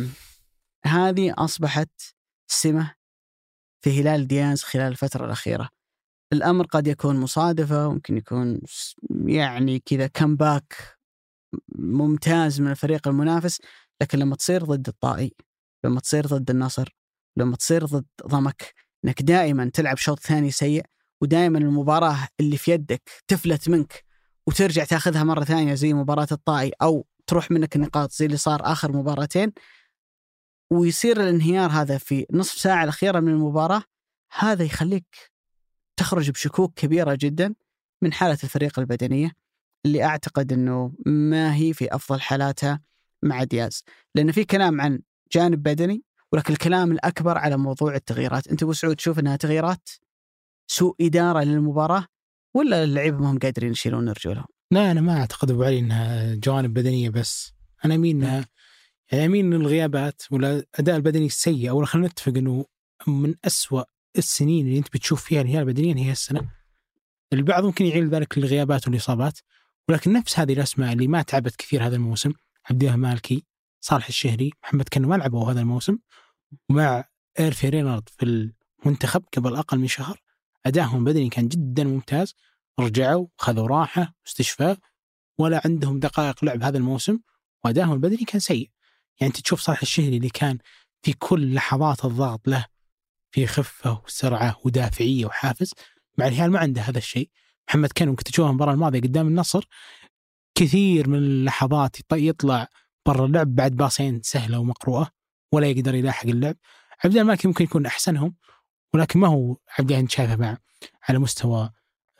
هذه أصبحت سمة في هلال دياز خلال الفترة الأخيرة. الأمر قد يكون مصادفة، ممكن يكون يعني كذا كمباك ممتاز من الفريق المنافس، لكن لما تصير ضد الطائي، لما تصير ضد النصر، لما تصير ضد ضمك، انك دائما تلعب شوط ثاني سيء، ودائما المباراة اللي في يدك تفلت منك وترجع تاخذها مرة ثانية زي مباراة الطائي، أو تروح منك النقاط زي اللي صار آخر مباراتين، ويصير الانهيار هذا في نصف ساعة الأخيرة من المباراة، هذا يخليك تخرج بشكوك كبيرة جدا من حالة الفريق البدنية اللي أعتقد أنه ما هي في أفضل حالاتها مع دياز، لأن في كلام عن جانب بدني، ولكن الكلام الأكبر على موضوع التغييرات. أنت أبو سعود تشوف أنها تغييرات سوء إدارة للمباراة، ولا اللعيبة ما هم قادرين يشيلون رجولهم؟ لا، أنا ما أعتقد أبو علي أنها جوانب بدنية بس، أنا أمين أنها يعني أمين الغيابات ولا الأداء البدني السيء، أو خلينا نتفق أنه من أسوأ السنين اللي أنت بتشوف فيها الهلال بدنيا هي السنة. البعض ممكن يعيل ذلك للغيابات والإصابات، ولكن نفس هذه الأسماء اللي ما تعبت كثير هذا الموسم، عبد الله مالكي، صالح الشهري، محمد كانوا ما لعبوا هذا الموسم، ومع إيرفي رينارد في المنتخب قبل أقل من شهر أدائهم بدني كان جدا ممتاز، رجعوا خذوا راحة استشفاء، ولا عندهم دقائق لعب هذا الموسم، وأدائهم البدني كان سيء. يعني أنت تشوف صالح الشهري اللي كان في كل لحظات الضغط له في خفة وسرعة ودافعية وحافز، مع الهلال ما عنده هذا الشيء. محمد كانوا كنت تشوفه المباراة الماضية قدام النصر كثير من اللحظات يطلع برا اللعب بعد باصين سهلة ومقروءة ولا يقدر يلاحق اللعب. عبد الله المالكي ممكن يكون أحسنهم، ولكن ما هو عبد الله شايفه مع على مستوى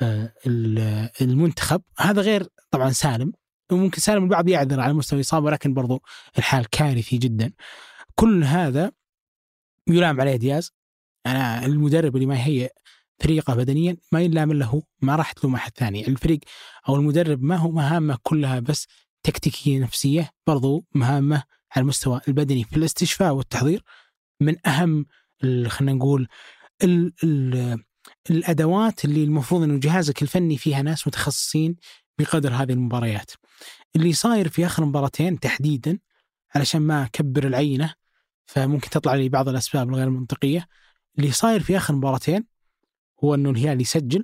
المنتخب. هذا غير طبعا سالم، وممكن سالم البعض يعذر على مستوى الإصابة، ولكن برضو الحال كارثي جدا. كل هذا يلام عليه دياز. أنا المدرب اللي ما يهيئ فريقه بدنيا ما يلام له، ما راح تلوم أحد ثاني. الفريق أو المدرب ما هو مهامة كلها بس تكتيكية نفسية، برضو مهامة على المستوى البدني في الاستشفاء والتحضير. من أهم خلينا نقول ال ال الأدوات اللي المفروض أنه جهازك الفني فيها ناس متخصصين بقدر هذه المباريات. اللي صاير في آخر مباراتين تحديدا، علشان ما أكبر العينة فممكن تطلع لي بعض الأسباب الغير منطقية، اللي صاير في آخر مباراتين هو أنه الهلال يسجل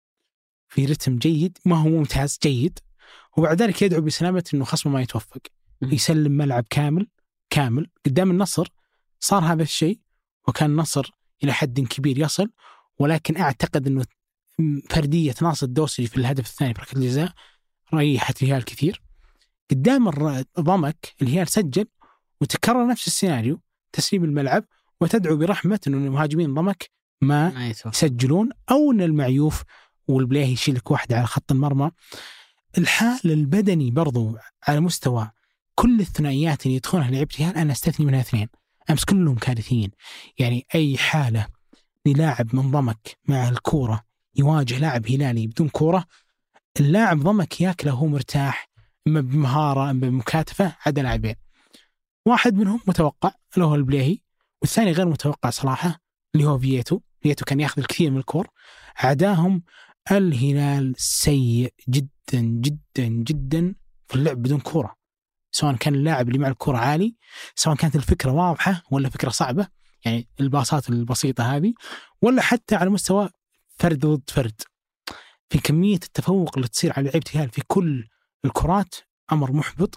في رتم جيد، ما هو ممتاز، جيد، وبعد ذلك يدعو بسلامة أنه خصمه ما يتوفق، يسلم ملعب كامل كامل قدام النصر. صار هذا الشيء، وكان النصر إلى حد كبير يصل، ولكن أعتقد أنه فردية ناصر الدوسري في الهدف الثاني في ركلة الجزاء ريحت الهلال كثير. قدام ضمك الهلال سجل وتكرر نفس السيناريو، تسليم الملعب، وتدعو برحمة أنه المهاجمين ضمك ما, ما يسجلون، أو أن المعيوف والبليه يشيلك واحد على خط المرمى. الحال البدني برضو على مستوى كل الثنائيات اللي يدخلها لعبة الهلال أنا استثني منها اثنين أمس كلهم كارثيين. يعني أي حالة للاعب من ضمك مع الكورة يواجه لاعب هلالي بدون كورة، اللاعب ضمك ياكله هو مرتاح، إما بمهارة إما بمكاتفة، عدا لاعبين. واحد منهم متوقع اللي هو البليهي، والثاني غير متوقع صراحة اللي هو فييتو. فييتو كان ياخذ الكثير من الكور. عداهم الهلال سيء جدا جدا جدا في اللعب بدون كورة، سواء كان اللاعب اللي مع الكورة عالي، سواء كانت الفكرة واضحة ولا فكرة صعبة، يعني الباصات البسيطة هذه، ولا حتى على مستوى فرد ضد فرد. في كمية التفوق اللي تصير على لعيبة الهلال في كل الكرات أمر محبط.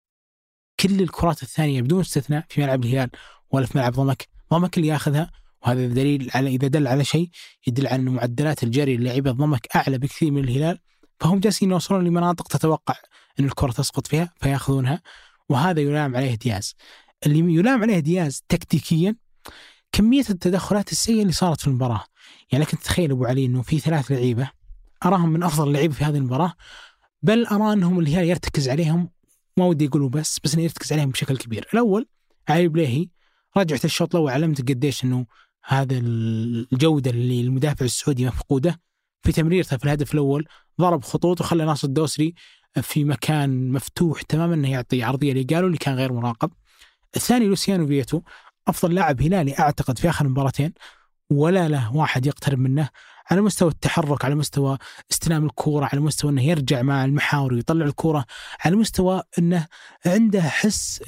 كل الكرات الثانية بدون استثناء في ملعب الهلال ولا في ملعب ضمك، ضمك اللي ياخذها، وهذا دليل على إذا دل على شيء يدل على أن معدلات الجري للاعيبة ضمك أعلى بكثير من الهلال، فهم جالسين يوصلون لمناطق تتوقع أن الكرة تسقط فيها فياخذونها، وهذا يلام عليه دياز. اللي يلام عليه دياز تكتيكيا كمية التدخلات السيئة اللي صارت في المباراة. يعني لكن تتخيل أبو علي أنه في ثلاث لعيبة أراهم من أفضل اللعيبة في هذه المباراة، بل أرى أنهم الهلال يرتكز عليهم، ما ودي يقولوا بس بس إنه يرتكز عليهم بشكل كبير. الأول علي بليهي، رجعت الشوط الأول علمت قديش أنه هذا الجودة اللي المدافع السعودي مفقودة في تمريرته في الهدف الأول، ضرب خطوط وخلى ناصر الدوسري في مكان مفتوح تماما أنه يعطي عرضية اللي قالوا اللي كان غير مراقب. الثاني لوسيانو فيتو، أفضل لاعب هلالي أعتقد في آخر مباراتين، ولا له واحد يقترب منه على مستوى التحرك، على مستوى استلام الكورة، على مستوى أنه يرجع مع المحاور ويطلع الكورة، على مستوى أنه عنده حس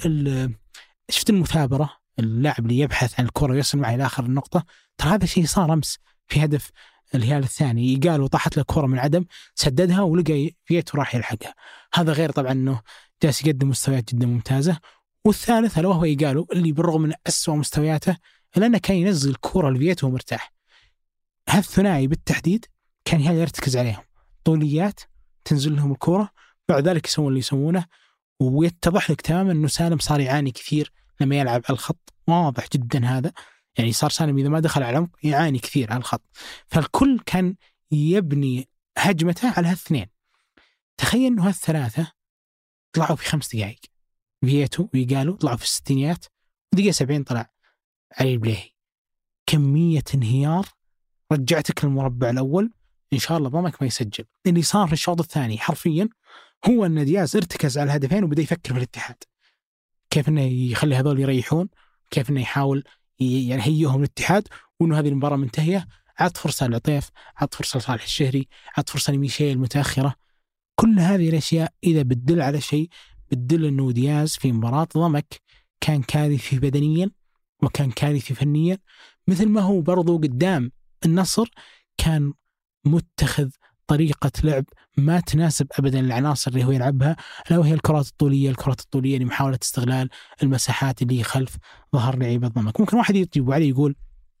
شفت المثابرة، اللاعب اللي يبحث عن الكرة ويصل معه إلى آخر النقطة. ترى هذا شيء صار أمس في هدف الهلال الثاني، قالوا طاحت له كرة من عدم، سددها ولقى فيتو راح يلحقها. هذا غير طبعا أنه جالس يقدم مستويات جدا ممتازة. والثالث هل وهو يقالوا اللي بالرغم من أسوأ مستوياته لأنه كان ينزل الكرة لفيتو مرتاح. هالثنائي بالتحديد كان الهلال يرتكز عليهم، طوليات تنزل لهم الكرة، بعد ذلك يسوون اللي يسوونه. ويتضح لك تماما أنه سالم صار يعاني كثير لما يلعب على الخط، واضح جدا هذا. يعني صار سالم إذا ما دخل على العمق يعاني كثير على الخط، فالكل كان يبني هجمته على هالثنين. تخيل أنه هالثلاثة طلعوا في خمس دقائق، فيتو ويقالوا طلعوا في الستينيات، ودقيقة سبعين طلع علي البليهي. كمية انهيار رجعتك للمربع الأول، إن شاء الله ضمك ما يسجل. اللي صار في الشوط الثاني حرفيا هو أن دياز ارتكز على الهدفين وبدأ يفكر في الاتحاد، كيف أنه يخلي هذول يريحون، كيف أنه يحاول يعني هيئهم الاتحاد، وأنه هذه المباراة منتهية. عط فرصة لعطيف، عط فرصة لصالح الشهري، عط فرصة لميشيل متأخرة. كل هذه الأشياء إذا بتدل على شيء بتدل أنه دياز في مباراة ضمك كان كارثي بدنيا وكان كارثي فنيا، مثل ما هو برضو قدام النصر كان متخذ طريقة لعب ما تناسب أبدا العناصر اللي هو يلعبها، لا وهي الكرات الطولية الكرات الطولية لمحاولة استغلال المساحات اللي خلف ظهر لعيبة ضمك. ممكن واحد يجيب عليه يقول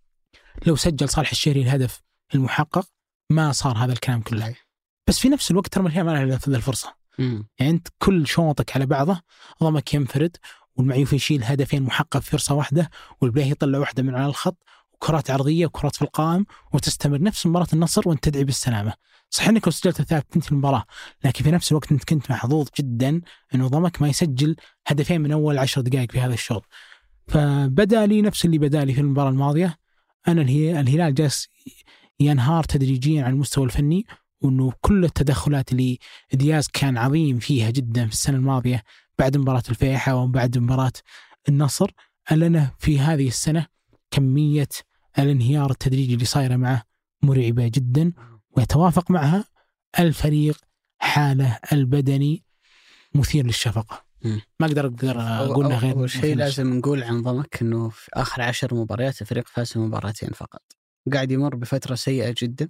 لو سجل صالح الشهري الهدف المحقق ما صار هذا الكلام كله، بس في نفس الوقت ترى ما له إلا الفرصة. مم. يعني أنت كل شوطك على بعضه ضمك ينفرد، والمعيوف يشيل هدفين محقق في فرصة واحدة، والبلاهي يطلع واحدة من على الخط، وكرات عرضية وكرات في القائم، وتستمر نفس مباراة النصر وانت تدعي بالسلامة. صحيح انك لو سجلت الثالث تنتهي المباراة، لكن في نفس الوقت انت كنت محظوظ جدا انه ضمك ما يسجل هدفين من اول عشر دقائق في هذا الشوط. فبدأ لي نفس اللي بدأ لي في المباراة الماضية، أنا الهلال جالس ينهار تدريجيا على المستوى الفني، وأنه كل التدخلات اللي دياز كان عظيم فيها جدا في السنة الماضية بعد مباراة الفيحة وبعد مباراة النصر، ألنا في هذه السنة كمية الانهيار التدريجي اللي صايرة معه مرعبة جدا، ويتوافق معها الفريق حاله البدني مثير للشفقة. م. ما أقدر أقدر أقولنا غير. أول شيء لازم نقول عن ضمك أنه في آخر عشر مباريات الفريق فاز مباراتين فقط، قاعد يمر بفترة سيئة جدا.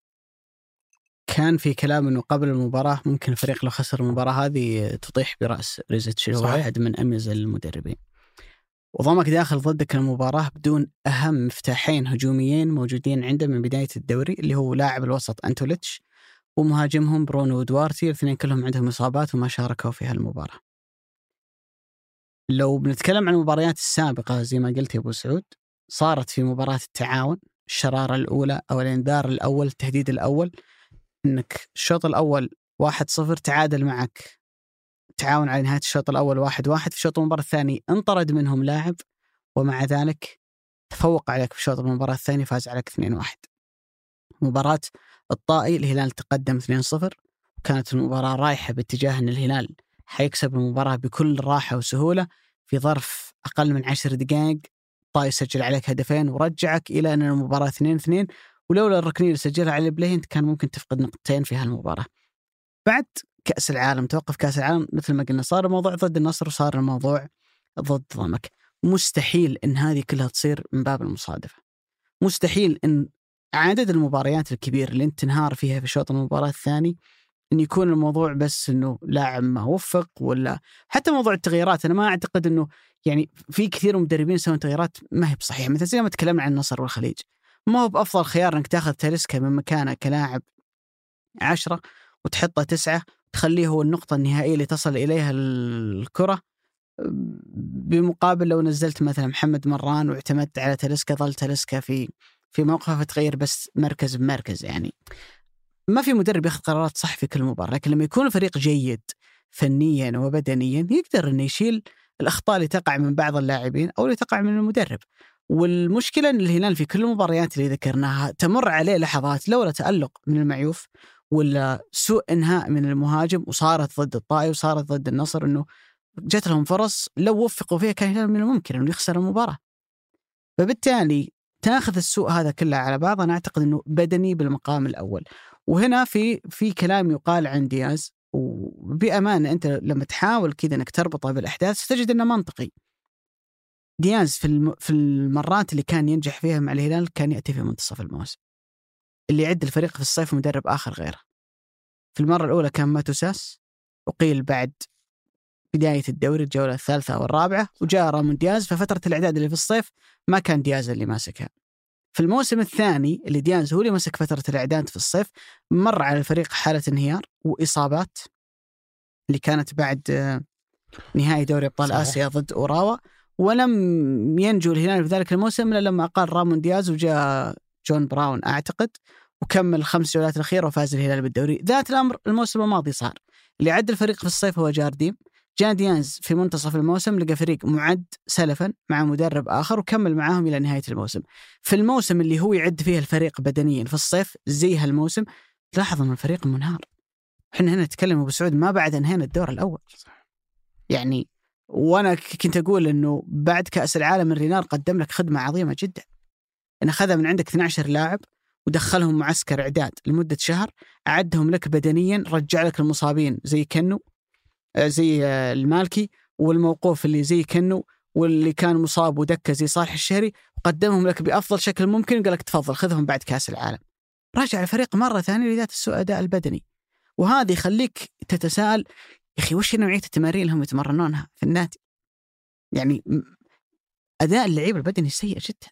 كان في كلام أنه قبل المباراة ممكن الفريق لو خسر المباراة هذه تطيح برأس ريزيتش، هو واحد من أميز المدربين. وضمك داخل ضدك المباراة بدون أهم مفتاحين هجوميين موجودين عنده من بداية الدوري، اللي هو لاعب الوسط أنتوليتش ومهاجمهم برونو دوارتي، الاثنين كلهم عندهم إصابات وما شاركوا في هالمباراة. لو بنتكلم عن المباريات السابقة زي ما قلت يا أبو سعود، صارت في مباراة التعاون الشرارة الأولى أو الإنذار الأول التهديد الأول، إنك الشوط الأول واحد صفر تعادل معك تعاون على نهاية الشوط الأول واحد واحد، في شوط المباراة الثاني انطرد منهم لاعب، ومع ذلك تفوق عليك في شوط المباراة الثاني فاز عليك اثنين واحد. مباراة الطائي الهلال تقدم اثنين صفر، وكانت المباراة رايحة باتجاه أن الهلال حيكسب المباراة بكل راحة وسهولة. في ظرف أقل من عشر دقائق الطائي سجل عليك هدفين ورجعك إلى أن المباراة اثنين اثنين، ولولا الركنية اللي سجلها على البلاهي انت كان ممكن تفقد نقطتين في هالمباراة. بعد كأس العالم توقف كأس العالم مثل ما قلنا، صار الموضوع ضد النصر وصار الموضوع ضد ضمك. مستحيل إن هذه كلها تصير من باب المصادفة، مستحيل إن عدد المباريات الكبيرة اللي انت تنهار فيها في شوط المباراة الثاني إن يكون الموضوع بس إنه لاعب ما وفق، ولا حتى موضوع التغييرات. أنا ما أعتقد إنه يعني في كثير من المدربين يسوون تغييرات ما هي بصحيحة، مثل زي ما تكلمنا عن النصر والخليج، ما هو بأفضل خيار إنك تأخذ تاليسكا من مكانه كلاعب عشرة وتحطه تسعة تخليه هو النقطة النهائية اللي تصل إليها الكرة، بمقابل لو نزلت مثلا محمد مران واعتمدت على تاليسكا ظل تاليسكا في في موقفه فتغير بس مركز بمركز. يعني ما في مدرب ياخذ قرارات صح في كل مباراة، لكن لما يكون الفريق جيد فنيا وبدنيا يقدر أن يشيل الأخطاء اللي تقع من بعض اللاعبين أو اللي تقع من المدرب. والمشكلة أن الهلال في كل المباريات اللي ذكرناها تمر عليه لحظات لولا تألق من المعيوف ولا سوء إنهاء من المهاجم، وصارت ضد الطائي وصارت ضد النصر، أنه جت لهم فرص لو وفقوا فيها كان الهلال من الممكن أنه يخسر المباراة. فبالتالي تأخذ السوء هذا كله على بعض، أنا أعتقد أنه بدني بالمقام الأول. وهنا في في كلام يقال عن دياز، وبأمانة أنت لما تحاول كذا أنك تربطه بالأحداث ستجد أنه منطقي. دياز في الم... في المرات اللي كان ينجح فيها مع الهلال كان يأتي في منتصف الموسم، اللي يعد الفريق في الصيف مدرب آخر غيره. في المرة الأولى كان ماتوساس، وقيل بعد بداية الدوري الجولة الثالثة والرابعة، وجاء رامون دياز. ففترة الإعداد اللي في الصيف ما كان دياز اللي ماسكها. في الموسم الثاني اللي دياز هو اللي مسك فترة الإعداد في الصيف، مر على الفريق حالة انهيار وإصابات اللي كانت بعد نهائي دوري أبطال آسيا ضد أوراوا، ولم ينجو الهلال في ذلك الموسم إلا لما قال رامون دياز وجاء جون براون أعتقد، وكمل الخمس جولات الأخيرة وفاز الهلال بالدوري. ذات الأمر الموسم الماضي صار، اللي عد الفريق في الصيف هو جارديم. جاء دياز في منتصف الموسم لقى فريق معد سلفا مع مدرب آخر وكمل معاهم إلى نهاية الموسم. في الموسم اللي هو يعد فيه الفريق بدنيا في الصيف زي هالموسم، لاحظ أن الفريق منهار. إحنا هنا نتكلم أبو سعود ما بعد انهينا الدور الأول يعني. وأنا كنت أقول أنه بعد كأس العالم الرينار قدم لك خدمة عظيمة جدا، إن أخذ من عندك اثنا عشر لاعب ودخلهم معسكر إعداد لمدة شهر، أعدهم لك بدنيا، رجع لك المصابين زي كنو زي المالكي والموقوف اللي زي كنو واللي كان مصاب ودكة زي صالح الشهري، وقدمهم لك بأفضل شكل ممكن، قال لك تفضل خذهم بعد كأس العالم. رجع الفريق مرة ثانية لذات السوء أداء البدني، وهذا يخليك تتساءل يا أخي وش نوعية التمارين اللي هم يتمرنونها في النادي؟ يعني أداء اللعيبة البدني سيء جدا.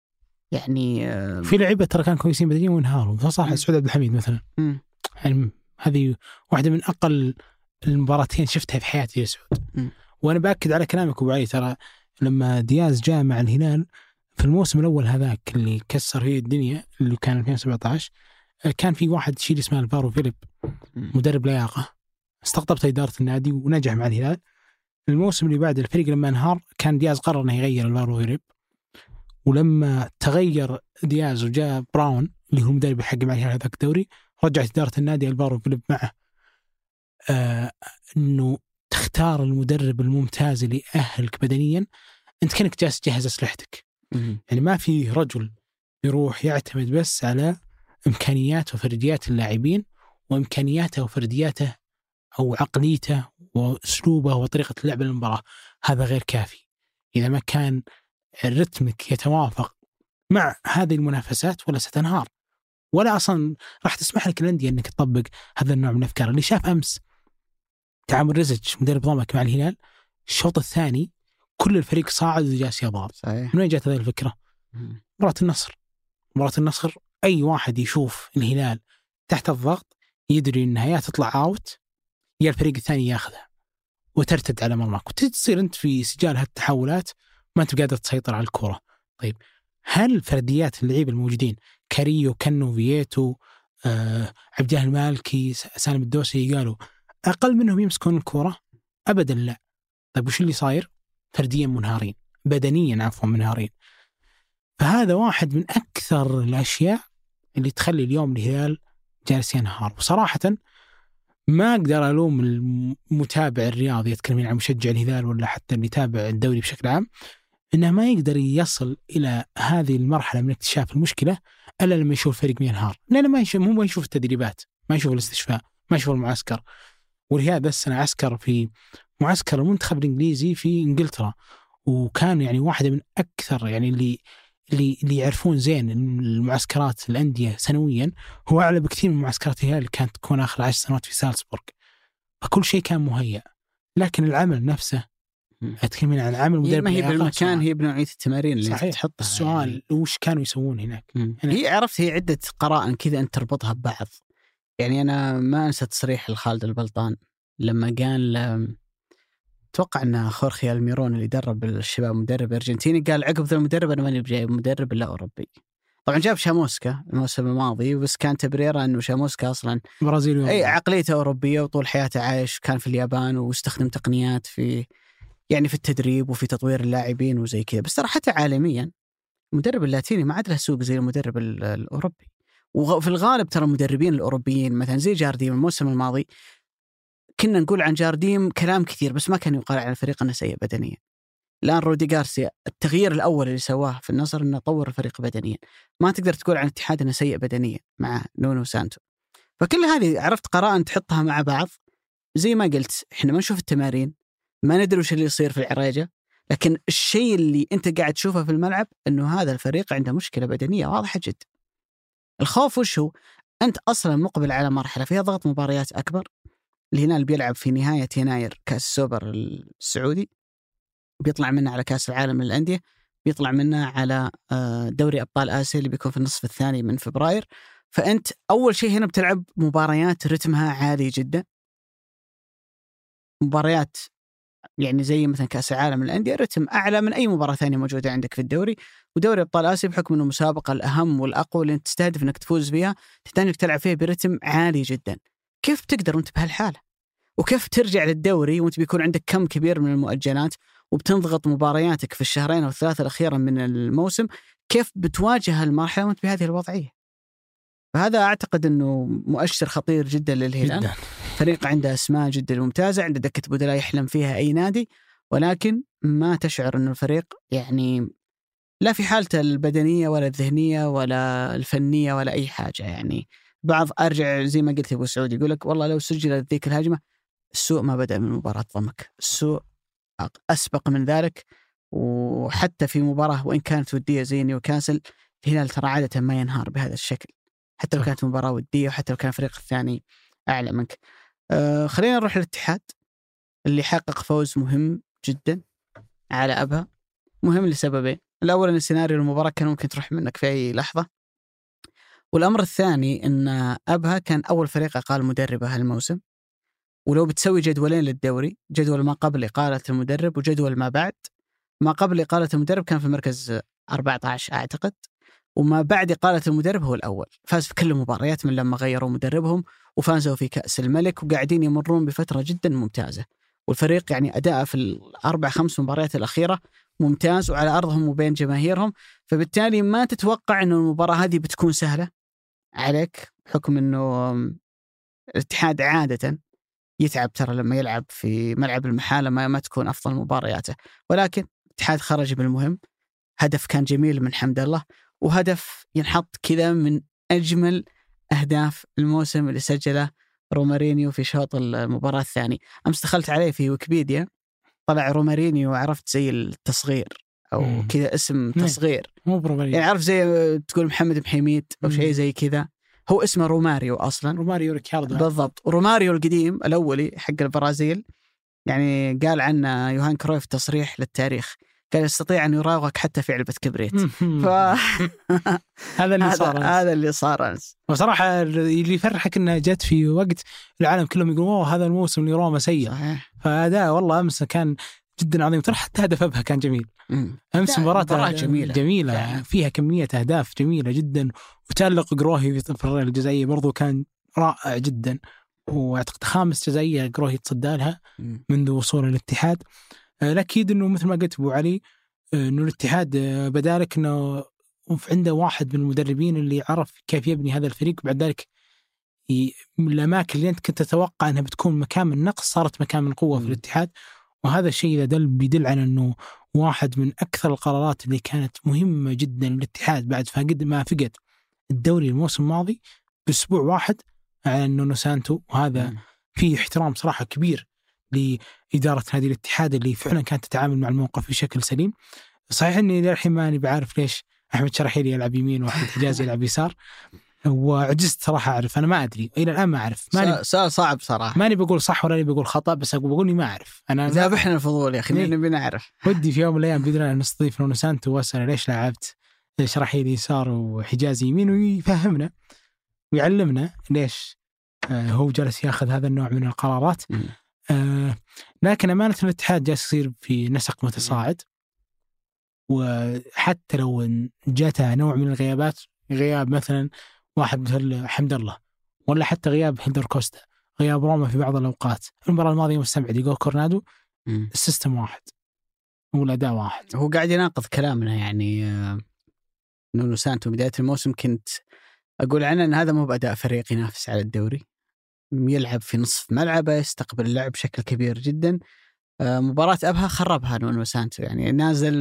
يعني في لعيبة ترى كانوا كويسين بدنيا وانهاروا، فصح سعود عبد الحميد مثلا، يعني هذه واحدة من أقل المباراتين شفتها في حياتي يا سعود. م. وأنا بأكد على كلامك أبو علي، ترى لما دياز جاء مع الهلال في الموسم الأول هذاك اللي كسر فيه الدنيا اللي كان ألفين وسبعة عشر، كان في واحد شيل اسمه الفارو فيليب مدرب لياقة، استقطبت إدارة النادي ونجح مع الهلال. الموسم اللي بعد الفريق لما انهار كان دياز قرر أنه يغير الفارو فيليب، ولما تغير دياز وجاء براون اللي هو المدرب الحق مع الهلال هذاك الدوري، رجعت إدارة النادي الفارو فيليب معه. آه أنه تختار المدرب الممتاز اللي يأهلك بدنيا، أنت كأنك جالس تجهز أسلحتك. يعني ما في رجل يروح يعتمد بس على إمكانيات وفرديات اللاعبين وإمكانياته وفردياته أو عقليته وأسلوبه وطريقة اللعب للمباراة، هذا غير كافي. إذا ما كان رتمك يتوافق مع هذه المنافسات ولا ستنهار، ولا أصلا راح تسمح لك الأندية أنك تطبق هذا النوع من الأفكار. اللي شاف أمس تعامل رزج مدرب ضمك مع الهلال، الشوط الثاني كل الفريق صاعد وجالس يضغط. من وين جاءت هذه الفكرة؟ مباراة النصر. مباراة النصر أي واحد يشوف الهلال تحت الضغط يدري أنها يا تطلع أوت يا الفريق الثاني يأخذها وترتد على مرماك، وتصير أنت في سجال هالتحولات ما أنت قادر تسيطر على الكرة. طيب هل فرديات اللعيبة الموجودين كاريو كنو فييتو آه، عبد الله المالكي سالم الدوسي قالوا أقل منهم يمسكون الكرة؟ أبدا لا. طيب وش اللي صاير؟ فرديا منهارين، بدنيا عفوا منهارين. فهذا واحد من أكثر الأشياء اللي تخلي اليوم الهلال جالس ينهار. وصراحة ما أقدر ألوم المتابع الرياضي، يتكلمين عن مشجع الهلال ولا حتى اللي يتابع الدوري بشكل عام، إنه ما يقدر يصل إلى هذه المرحلة من اكتشاف المشكلة إلا لما يشوف الفريق ينهار. لأنه ما يشوف، مو ما يشوف التدريبات، ما يشوف الاستشفاء، ما يشوف المعسكر. ولهذا السنة عسكر في معسكر المنتخب الإنجليزي في إنجلترا، وكان يعني واحدة من أكثر يعني اللي اللي اللي يعرفون زين المعسكرات الأندية سنويا، هو أعلى بكثير من معسكرات الهلال اللي كانت تكون آخر عشر سنوات في سالزبورغ. فكل شيء كان مهيأ، لكن العمل نفسه أتكلم عن عمل مدرب. ما هي بالمكان، هي بنوعية التمارين اللي صحيح. تحطها. السؤال يعني وش كانوا يسوون هناك؟ هي عرفت هي عدة قرائن كذا أنت تربطها ببعض. يعني أنا ما أنسى تصريح الخالد البلطان لما قال، توقع أن خورخي الميرون اللي درب الشباب مدرب أرجنتيني، قال عقب ذا المدرب أنا ماني بجايب مدرب إلا أوروبي. طبعا جاب شاموسكا الموسم الماضي، بس كان تبريره أنه شاموسكا أصلا برازيلي، أي عقليته أوروبية وطول حياته عايش كان في اليابان واستخدم تقنيات في يعني في التدريب وفي تطوير اللاعبين وزي كذا. بس ترى حتى عالميا المدرب اللاتيني ما عاد له سوق زي المدرب الأوروبي. وفي الغالب ترى المدربين الأوروبيين مثلا زي جارديم الموسم الماضي كنا نقول عن جارديم كلام كثير، بس ما كان يقال عن الفريق أنه سيء بدنيا. الآن رودي غارسيا التغيير الأول اللي سواه في النصر أنه طور الفريق بدنيا. ما تقدر تقول عن الاتحاد أنه سيء بدنيا مع نونو سانتو. فكل هذه عرفت قراءة تحطها مع بعض. زي ما قلت إحنا ما نشوف التمارين، ما ندري وش اللي يصير في العريجة، لكن الشيء اللي أنت قاعد تشوفه في الملعب أنه هذا الفريق عنده مشكلة بدنية واضحة جدا. الخوف وش هو؟ أنت أصلا مقبل على مرحلة فيها ضغط مباريات أكبر. الهلال بيلعب في نهاية يناير كأس السوبر السعودي، بيطلع منه على كأس العالم للأندية، بيطلع منه على دوري أبطال آسيا اللي بيكون في النصف الثاني من فبراير. فأنت أول شيء هنا بتلعب مباريات رتمها عالي جدا، مباريات يعني زي مثلا كأس العالم للأندية رتم أعلى من أي مباراة ثانية موجودة عندك في الدوري. ودوري أبطال آسيا بحكم أنه مسابقة الأهم والأقوى اللي أنت تستهدف أنك تفوز فيها، تحتاج أنك تلعب فيها برتم عالي جدا. كيف تقدر وأنت بهالحالة؟ وكيف ترجع للدوري وأنت بيكون عندك كم كبير من المؤجلات وبتنضغط مبارياتك في الشهرين أو الثلاثة الأخيرة من الموسم؟ كيف بتواجه المرحلة وأنت بهذه الوضعية؟ فهذا أعتقد أنه مؤشر خطير جدا للهلال جداً. فريق عنده أسماء جدا ممتازة، عنده دكة بدلاء يحلم فيها أي نادي، ولكن ما تشعر أنه الفريق يعني لا في حالته البدنية ولا الذهنية ولا الفنية ولا أي حاجة. يعني بعض أرجع زي ما قلت أبو سعود يقول لك والله لو سجلت ذيك الهجمة، السوء ما بدأ من مباراة ضمك، السوء أسبق من ذلك. وحتى في مباراة وإن كانت ودية زي نيوكاسل، الهلال ترى عادة ما ينهار بهذا الشكل، حتى لو كانت مباراة ودية وحتى لو كان الفريق الثاني أعلى منك. آه خلينا نروح للاتحاد اللي حقق فوز مهم جدا على أبها. مهم لسببين: الأول أن سيناريو المباراة كان ممكن تروح منك في أي لحظة، والأمر الثاني أن أبها كان أول فريق أقال مدربه هالموسم. ولو بتسوي جدولين للدوري، جدول ما قبل إقالة المدرب وجدول ما بعد، ما قبل إقالة المدرب كان في المركز أربعة عشر أعتقد، وما بعد إقالة المدرب هو الأول. فاز في كل المباريات من لما غيروا مدربهم، وفازوا في كأس الملك، وقاعدين يمرون بفترة جدا ممتازة. والفريق يعني أداء في الأربع خمس مباريات الأخيرة ممتاز، وعلى أرضهم وبين جماهيرهم. فبالتالي ما تتوقع أنه المباراة هذه بتكون سهلة عليك، بحكم أنه الاتحاد عادة يتعب ترى لما يلعب في ملعب المحالة، ما, ما تكون أفضل مبارياته. ولكن الاتحاد خرج بالمهم. هدف كان جميل من حمد الله، وهدف ينحط كذا من أجمل أهداف الموسم اللي سجله رومارينيو في شوط المباراة الثاني. أمس دخلت عليه في ويكيبيديا، طلع رومارينيو وعرفت زي التصغير أو كذا اسم تصغير، مو بروماريو يعني عارف زي تقول محمد بحميد أو شيء زي كذا. هو اسمه روماريو أصلا، روماريو ريكاردو بالضبط. روماريو القديم الأولي حق البرازيل، يعني قال عنه يوهان كرويف تصريح للتاريخ، قال يستطيع أن يراوغك حتى في علبة كبريت. ف... هذا اللي صار هذا اللي صار أنس. وصراحة اللي يفرحك إنها جت في وقت العالم كلهم يقولوا هذا الموسم لروما سيء، فهذا والله أمس كان جدا عظيم. ترى حتى هدف أبها كان جميل. أمس مباراة جميلة جميلة يعني. فيها كمية أهداف جميلة جدا، وتألق قروهي في الجزائية برضو كان رائع جدا، وأعتقد خامس جزائية قروهي تصدى لها منذ وصول الاتحاد. لكن إنه مثل ما قلت أبو علي، إنه الاتحاد بدالك إنه عنده واحد من المدربين اللي عرف كيف يبني هذا الفريق، بعد ذلك من الأماكن اللي أنت كنت تتوقع أنها بتكون مكان من نقص صارت مكان من قوة في الاتحاد. وهذا الشيء إذا دل بيدل على أنه واحد من أكثر القرارات اللي كانت مهمة جدا للاتحاد بعد فقد ما فقد الدوري الموسم الماضي بأسبوع واحد على نونو سانتو. وهذا فيه احترام صراحة كبير لإدارة هذه الاتحاد اللي فعلا كانت تتعامل مع الموقف بشكل سليم. صحيح أني للحين ماني بعرف ليش أحمد شرحيلي يلعب يمين وأحمد حجازي يلعب يسار، وعجزت صراحة أعرف. أنا ما أدري إلى الآن ما أعرف. سؤال صعب صراحة، ماني بقول صح ولا بقول خطأ، بس أقول بقولني ما أعرف. أنا ذابحنا الفضول يا أخي، نبي نعرف. ودي في يوم من الأيام بإذن الله نستضيف نونو سانتو وأسأله ليش لعبت شرحيلي يسار وحجازي يمين، ويفهمنا ويعلمنا ليش آه هو جالس يأخذ هذا النوع من القرارات. آه لكن أمانة الاتحاد جالس يصير في نسق متصاعد، وحتى لو جاتها نوع من الغيابات غياب مثلا واحد مثل حمد الله، ولا حتى غياب هيلدر كوستا، غياب روما في بعض الأوقات. المباراة الماضية مستبعد يقول كورنادو، مم. السيستم واحد والأداء واحد. هو قاعد يناقض كلامنا يعني. آه، نونو سانتو بداية الموسم كنت أقول عنه أن هذا مو بأداء فريق ينافس على الدوري، يلعب في نصف ملعبه، يستقبل اللعب بشكل كبير جدا. آه، مباراة أبها خربها نونو سانتو، يعني نازل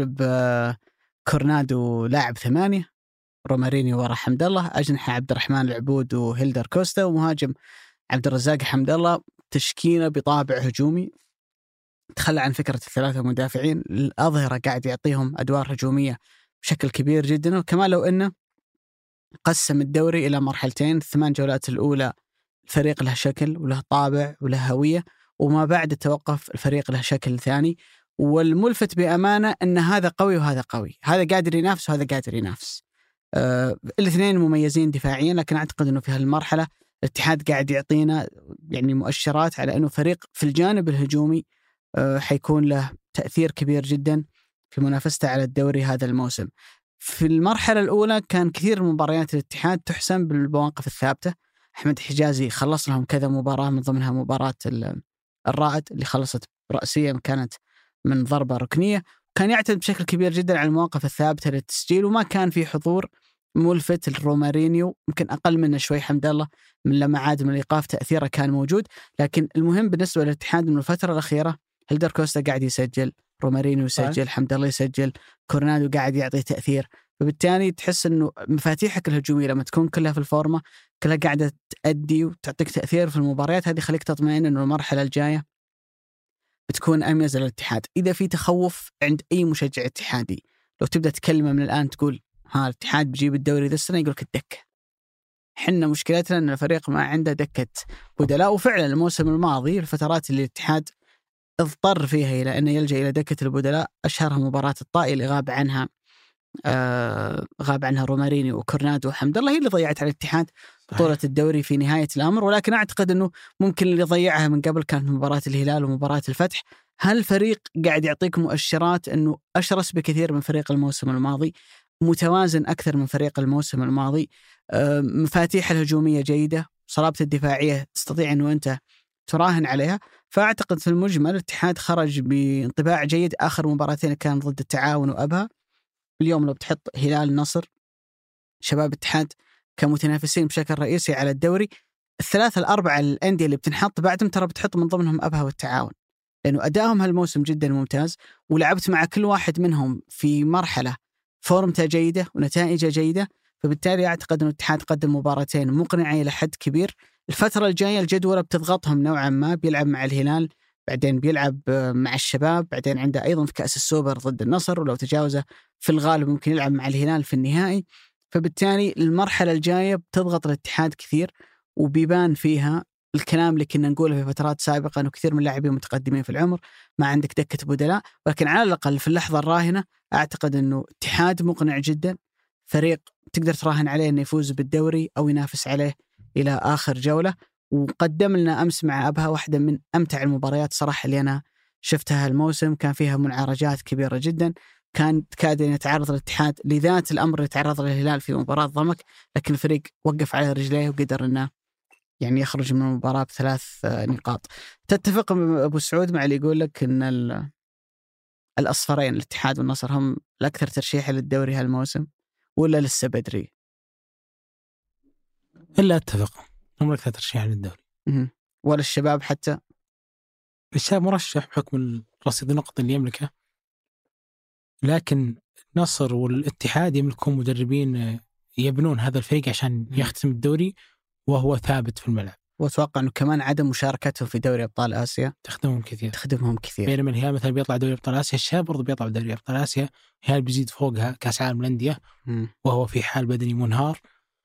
بكورنادو لاعب ثمانية، رومارينيو ورا حمد الله، أجنحة عبد الرحمن العبود وهيلدر كوستا، ومهاجم عبد الرزاق حمد الله. تشكيلة بطابع هجومي، تخلى عن فكرة الثلاثة مدافعين. الأظهرة قاعد يعطيهم أدوار هجومية بشكل كبير جدا. وكمان لو أنه قسم الدوري إلى مرحلتين، الثمان جولات الأولى الفريق له شكل وله طابع وله هوية، وما بعد التوقف الفريق له شكل ثاني. والملفت بأمانة أن هذا قوي وهذا قوي، هذا قادر ينافس وهذا قادر ينافس. آه الاثنين مميزين دفاعيا، لكن أعتقد أنه في هالمرحلة الاتحاد قاعد يعطينا يعني مؤشرات على أنه فريق في الجانب الهجومي آه حيكون له تأثير كبير جدا في منافسته على الدوري هذا الموسم. في المرحلة الأولى كان كثير من مباريات الاتحاد تحسم بالمواقف الثابتة. أحمد حجازي خلص لهم كذا مباراة، من ضمنها مباراة الرائد اللي خلصت رأسيا كانت من ضربة ركنية. كان يعتمد بشكل كبير جدا على المواقف الثابتة للتسجيل، وما كان في حضور ملفت الرومارينيو، يمكن أقل منه شوي حمد الله من لما عاد من الإيقاف تأثيره كان موجود. لكن المهم بالنسبة للاتحاد من الفترة الأخيرة هيلدر كوستا قاعد يسجل، رومارينيو يسجل، حمد الله يسجل، كورنادو قاعد يعطي تأثير. فبالتالي تحس إنه مفاتيحك الهجومية لما تكون كلها في الفورمة، كلها قاعدة تأدي وتعطيك تأثير في المباريات هذه، خليك تطمئن إنه المرحلة الجاية بتكون أميز للاتحاد. إذا في تخوف عند أي مشجع اتحادي، لو تبدأ تكلمه من الآن تقول ها الاتحاد بيجيب الدوري ذا السنة، يقولك الدكة. حنا مشكلتنا أن الفريق ما عنده دكة بدلاء. وفعلا الموسم الماضي الفترات اللي الاتحاد اضطر فيها إلى أن يلجأ إلى دكة البدلاء، أشهرها مباراة الطائي اللي غاب عنها آه غاب عنها رومارينيو وكورنادو وحمد الله، هي اللي ضيعت على الاتحاد بطولة الدوري في نهاية الأمر. ولكن أعتقد أنه ممكن اللي ضيعها من قبل كانت مباراة الهلال ومباراة الفتح. هالفريق قاعد يعطيك مؤشرات أنه أشرس بكثير من فريق الموسم الماضي، متوازن أكثر من فريق الموسم الماضي. آه مفاتيح الهجومية جيدة، صلابة الدفاعية تستطيع أنه أنت تراهن عليها. فأعتقد في المجمل الاتحاد خرج بانطباع جيد. آخر مباراتين كان ضد التعاون وأبها. اليوم لو بتحط هلال نصر شباب الاتحاد كمتنافسين بشكل رئيسي على الدوري، الثلاثة الأربعة الأندية اللي بتنحط بعدهم ترى بتحط من ضمنهم أبها والتعاون، لأنه أدائهم هالموسم جدا ممتاز، ولعبت مع كل واحد منهم في مرحلة فورمته جيدة ونتائجه جيدة. فبالتالي أعتقد أن الاتحاد قدم مباراتين مقنعة إلى حد كبير. الفترة الجاية الجدولة بتضغطهم نوعا ما، بيلعب مع الهلال، بعدين بيلعب مع الشباب، بعدين عنده أيضا في كأس السوبر ضد النصر، ولو تجاوزه في الغالب ممكن يلعب مع الهلال في النهائي. فبالتالي المرحلة الجاية بتضغط الاتحاد كثير، وبيبان فيها الكلام اللي كنا نقوله في فترات سابقة أنه كثير من اللاعبين متقدمين في العمر، ما عندك دكة بدلاء. ولكن على الأقل في اللحظة الراهنة أعتقد أنه اتحاد مقنع جدا، فريق تقدر تراهن عليه أنه يفوز بالدوري أو ينافس عليه إلى آخر جولة. وقدم لنا أمس مع أبها واحدة من أمتع المباريات صراحة اللي أنا شفتها الموسم، كان فيها منعرجات كبيرة جدا، كان كاد أن يتعرض الاتحاد لذات الأمر اللي تعرض للهلال في مباراة ضمك، لكن الفريق وقف على رجليه وقدر أنه يعني يخرج من المباراة بثلاث نقاط. تتفق أبو سعود مع اللي يقول لك أن الأصفرين الاتحاد والنصر هم الأكثر ترشيحا للدوري هالموسم، ولا لسه بدري؟ إلا أتفق، هم الأكثر ترشيحا للدوري. ولا الشباب حتى؟ الشباب مرشح بحكم رصيد النقط اللي يملكه، لكن النصر والاتحاد يملكون مدربين يبنون هذا الفريق عشان يختم الدوري وهو ثابت في الملعب. وأتوقع أنه كمان عدم مشاركتهم في دوري أبطال آسيا تخدمهم كثير تخدمهم كثير بينما الهلال مثلا بيطلع دوري أبطال آسيا، الشباب برضو بيطلع دوري أبطال آسيا، الهلال بيزيد فوقها كأس عالم الأندية وهو في حال بدني منهار.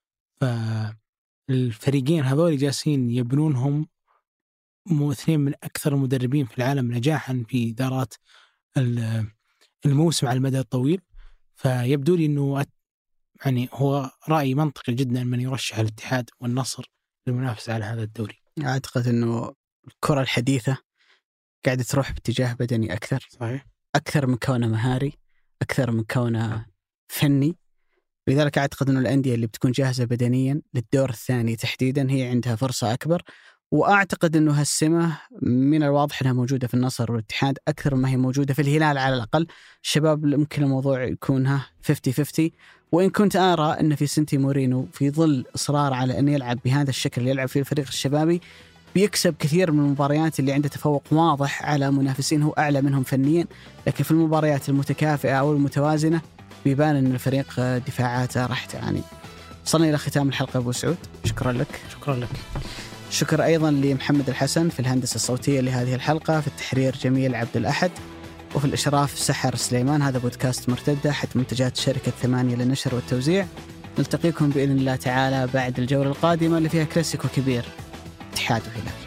فالفريقين هذول جالسين يبنونهم اثنين من أكثر المدربين في العالم نجاحا في إدارات الموسم على المدى الطويل. فيبدو لي أنه يعني هو رأي منطقي جدا من يرشح الاتحاد والنصر للمنافسة على هذا الدوري. أعتقد أنه الكرة الحديثة قاعدة تروح باتجاه بدني أكثر. صحيح. أكثر من كونه مهاري، أكثر من كونه فني. لذلك أعتقد أن الأندية اللي بتكون جاهزة بدنيا للدور الثاني تحديدا هي عندها فرصة أكبر. وأعتقد أنه هالسمة من الواضح أنها موجودة في النصر والاتحاد أكثر ما هي موجودة في الهلال على الأقل. الشباب يمكن الموضوع يكونها خمسين خمسين، وإن كنت أرى أن في سنتي مورينو في ظل إصرار على أن يلعب بهذا الشكل اللي يلعب فيه الفريق الشبابي بيكسب كثير من المباريات اللي عنده تفوق واضح على منافسين هو أعلى منهم فنيا، لكن في المباريات المتكافئة أو المتوازنة بيبان أن الفريق دفاعاته راح تعاني. وصلنا إلى ختام الحلقة أبو سعود، شكرا لك. شكرا لك. شكر أيضا لمحمد الحسن في الهندسة الصوتية لهذه الحلقة، في التحرير جميل عبد الأحد، وفي الإشراف سحر سليمان. هذا بودكاست مرتدة أحد منتجات شركة ثمانية للنشر والتوزيع. نلتقيكم بإذن الله تعالى بعد الجولة القادمة اللي فيها كلاسيكو كبير، اتحاد وهلال.